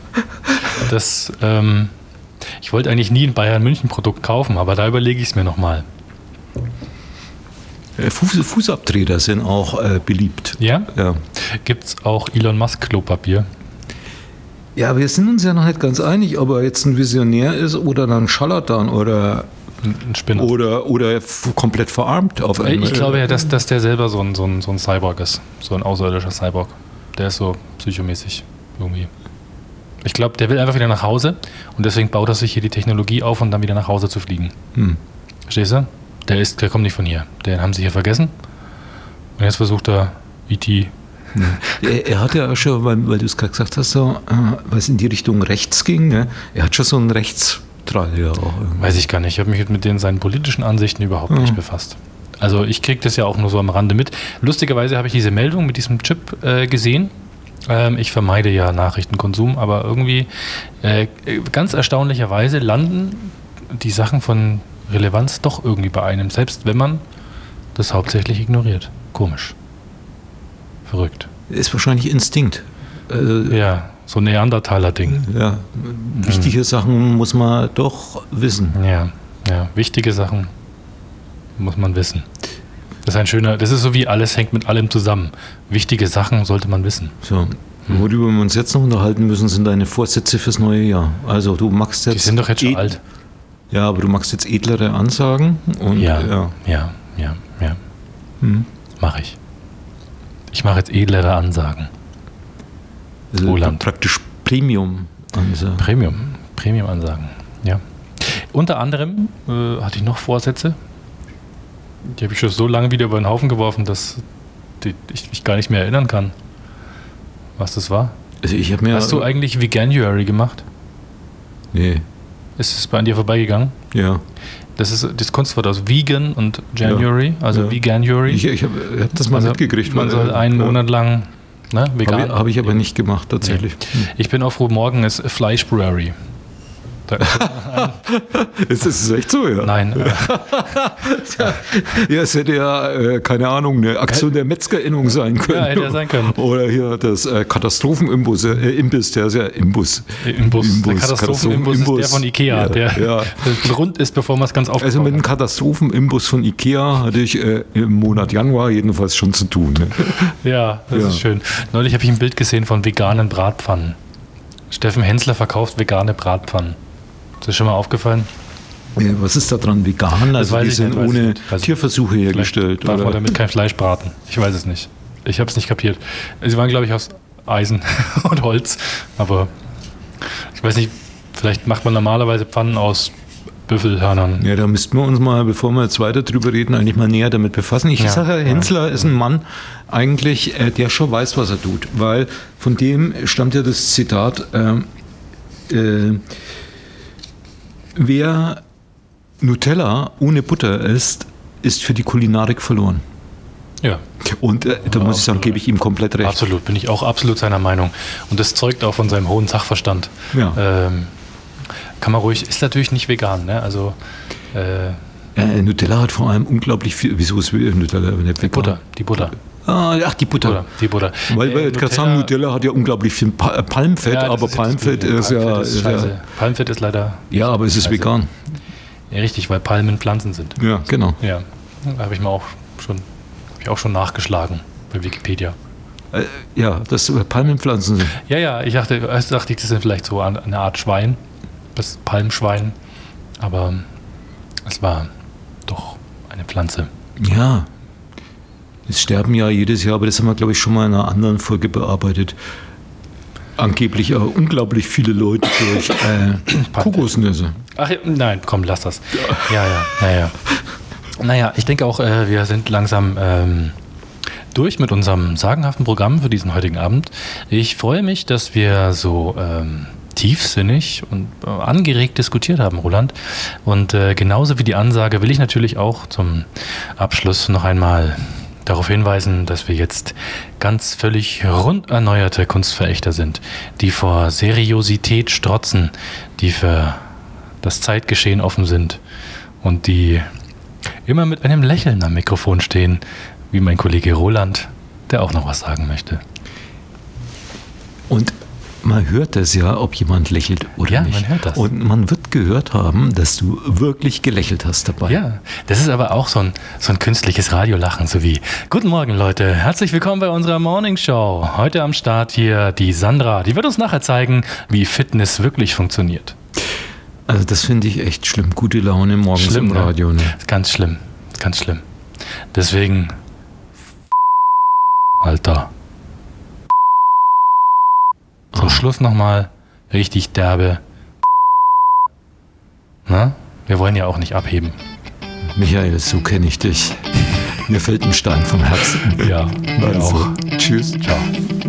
[SPEAKER 2] Ich wollte eigentlich nie ein Bayern München Produkt kaufen, aber da überlege ich es mir nochmal.
[SPEAKER 3] Fußabtreter sind auch beliebt.
[SPEAKER 2] Ja?
[SPEAKER 3] Ja.
[SPEAKER 2] Gibt es auch Elon Musk Klopapier?
[SPEAKER 3] Ja, wir sind uns ja noch nicht ganz einig, ob er jetzt ein Visionär ist oder ein Scharlatan oder
[SPEAKER 2] ein Spinner.
[SPEAKER 3] Oder komplett verarmt auf einmal.
[SPEAKER 2] Ich glaube ja, dass der selber so ein Cyborg ist. So ein außerirdischer Cyborg. Der ist so psychomäßig irgendwie. Ich glaube, der will einfach wieder nach Hause und deswegen baut er sich hier die Technologie auf, um dann wieder nach Hause zu fliegen. Verstehst du? Der kommt nicht von hier. Den haben sie hier vergessen. Und jetzt versucht er E.T.
[SPEAKER 3] Er hat ja auch schon, weil du es gerade gesagt hast, so, weil es in die Richtung rechts ging, ne? Er hat schon so einen Trall ja auch. Irgendwie.
[SPEAKER 2] Weiß ich gar nicht. Ich habe mich mit seinen politischen Ansichten überhaupt nicht befasst. Also ich kriege das ja auch nur so am Rande mit. Lustigerweise habe ich diese Meldung mit diesem Chip gesehen. Ich vermeide ja Nachrichtenkonsum, aber irgendwie ganz erstaunlicherweise landen die Sachen von Relevanz doch irgendwie bei einem, selbst wenn man das hauptsächlich ignoriert. Komisch. Verrückt.
[SPEAKER 3] Ist wahrscheinlich Instinkt.
[SPEAKER 2] Ja, so ein Neandertaler-Ding.
[SPEAKER 3] Ja, wichtige Sachen muss man doch wissen.
[SPEAKER 2] Ja, wichtige Sachen muss man wissen. Das ist so wie alles hängt mit allem zusammen. Wichtige Sachen sollte man wissen.
[SPEAKER 3] So, worüber wir uns jetzt noch unterhalten müssen, sind deine Vorsätze fürs neue Jahr. Also du machst jetzt...
[SPEAKER 2] Die sind doch jetzt schon alt.
[SPEAKER 3] Ja, aber du machst jetzt edlere Ansagen. Und,
[SPEAKER 2] ja. Mache ich. Ich mache jetzt edlere Ansagen.
[SPEAKER 3] Also
[SPEAKER 2] Roland.
[SPEAKER 3] Praktisch Premium-Ansagen.
[SPEAKER 2] Premium-Ansagen, ja. Unter anderem hatte ich noch Vorsätze. Die habe ich schon so lange wieder über den Haufen geworfen, dass ich mich gar nicht mehr erinnern kann, was das war.
[SPEAKER 3] Also ich habe mir...
[SPEAKER 2] Hast du eigentlich Veganuary gemacht?
[SPEAKER 3] Nee.
[SPEAKER 2] Ist es bei dir vorbeigegangen?
[SPEAKER 3] Ja.
[SPEAKER 2] Das ist das Kunstwort aus Vegan und January, also Veganuary.
[SPEAKER 3] Ich hab das mal mitgekriegt.
[SPEAKER 2] Man soll einen Monat lang vegan.
[SPEAKER 3] Habe ich aber nicht gemacht, tatsächlich.
[SPEAKER 2] Nee. Ich bin auf morgen ist Fleischbrary.
[SPEAKER 3] Ist das echt so, ja?
[SPEAKER 2] Nein.
[SPEAKER 3] Ja, es hätte ja, keine Ahnung, eine Aktion der Metzgerinnung sein können.
[SPEAKER 2] Ja, hätte ja sein können.
[SPEAKER 3] Oder hier das Katastrophenimbiss, der ist ja Imbiss.
[SPEAKER 2] Der Katastrophenimbiss ist der von Ikea, der rund ist, bevor man es ganz aufbaut.
[SPEAKER 3] Also mit dem Katastrophenimbiss von Ikea hatte ich im Monat Januar jedenfalls schon zu tun. Ne?
[SPEAKER 2] Ja, das ist schön. Neulich habe ich ein Bild gesehen von veganen Bratpfannen. Steffen Hensler verkauft vegane Bratpfannen. Ist das schon mal aufgefallen?
[SPEAKER 3] Was ist da dran vegan? Also die sind ohne Tierversuche hergestellt.
[SPEAKER 2] Darf man damit kein Fleisch braten? Ich weiß es nicht. Ich habe es nicht kapiert. Sie waren, glaube ich, aus Eisen und Holz. Aber ich weiß nicht, vielleicht macht man normalerweise Pfannen aus Büffelhörnern.
[SPEAKER 3] Ja, da müssten wir uns mal, bevor wir jetzt weiter drüber reden, eigentlich mal näher damit befassen. Ich sage, Hensler ist ein Mann eigentlich, der schon weiß, was er tut. Weil von dem stammt ja das Zitat, wer Nutella ohne Butter isst, ist für die Kulinarik verloren.
[SPEAKER 2] Ja.
[SPEAKER 3] Und da muss ich sagen, gebe ich ihm komplett recht.
[SPEAKER 2] Absolut, bin ich auch absolut seiner Meinung. Und das zeugt auch von seinem hohen Sachverstand.
[SPEAKER 3] Ja.
[SPEAKER 2] Kann man ruhig, ist natürlich nicht vegan, ne? Also
[SPEAKER 3] Nutella hat vor allem unglaublich viel. Wieso ist Nutella nicht vegan?
[SPEAKER 2] Die Butter.
[SPEAKER 3] Die Butter. Weil ich gerade sagen, Nutella hat ja unglaublich viel Palmfett, aber Palmfett ist ja
[SPEAKER 2] scheiße. Palmfett ist leider.
[SPEAKER 3] Ja, aber es ist vegan.
[SPEAKER 2] Ja, richtig, weil Palmen Pflanzen sind.
[SPEAKER 3] Ja, genau.
[SPEAKER 2] Ja, habe ich auch schon nachgeschlagen bei Wikipedia.
[SPEAKER 3] Ja, dass Palmenpflanzen sind.
[SPEAKER 2] Ja, ich dachte, das sind vielleicht so eine Art Schwein, das Palmschwein, aber es war doch eine Pflanze.
[SPEAKER 3] Ja, es sterben ja jedes Jahr, aber das haben wir, glaube ich, schon mal in einer anderen Folge bearbeitet. Angeblich unglaublich viele Leute durch Kokosnüsse.
[SPEAKER 2] Ach nein, komm, lass das. Ja. Naja, ich denke auch, wir sind langsam durch mit unserem sagenhaften Programm für diesen heutigen Abend. Ich freue mich, dass wir so tiefsinnig und angeregt diskutiert haben, Roland. Und genauso wie die Ansage will ich natürlich auch zum Abschluss noch einmal darauf hinweisen, dass wir jetzt ganz völlig rund erneuerte Kunstverächter sind, die vor Seriosität strotzen, die für das Zeitgeschehen offen sind und die immer mit einem Lächeln am Mikrofon stehen, wie mein Kollege Roland, der auch noch was sagen möchte.
[SPEAKER 3] Und man hört das ja, ob jemand lächelt oder nicht. Ja, man hört das. Und man wird gehört haben, dass du wirklich gelächelt hast dabei.
[SPEAKER 2] Ja, das ist aber auch so ein künstliches Radiolachen, so wie: Guten Morgen, Leute, herzlich willkommen bei unserer Morning Show. Heute am Start hier die Sandra, die wird uns nachher zeigen, wie Fitness wirklich funktioniert.
[SPEAKER 3] Also das finde ich echt schlimm. Gute Laune morgens im Radio. Ne?
[SPEAKER 2] Ganz schlimm, ganz schlimm. Deswegen, Alter. Zum Schluss nochmal richtig derbe. Na? Wir wollen ja auch nicht abheben.
[SPEAKER 3] Michael, so kenne ich dich. Mir fällt ein Stein vom Herzen.
[SPEAKER 2] Ja, mir auch.
[SPEAKER 3] Tschüss.
[SPEAKER 2] Ciao.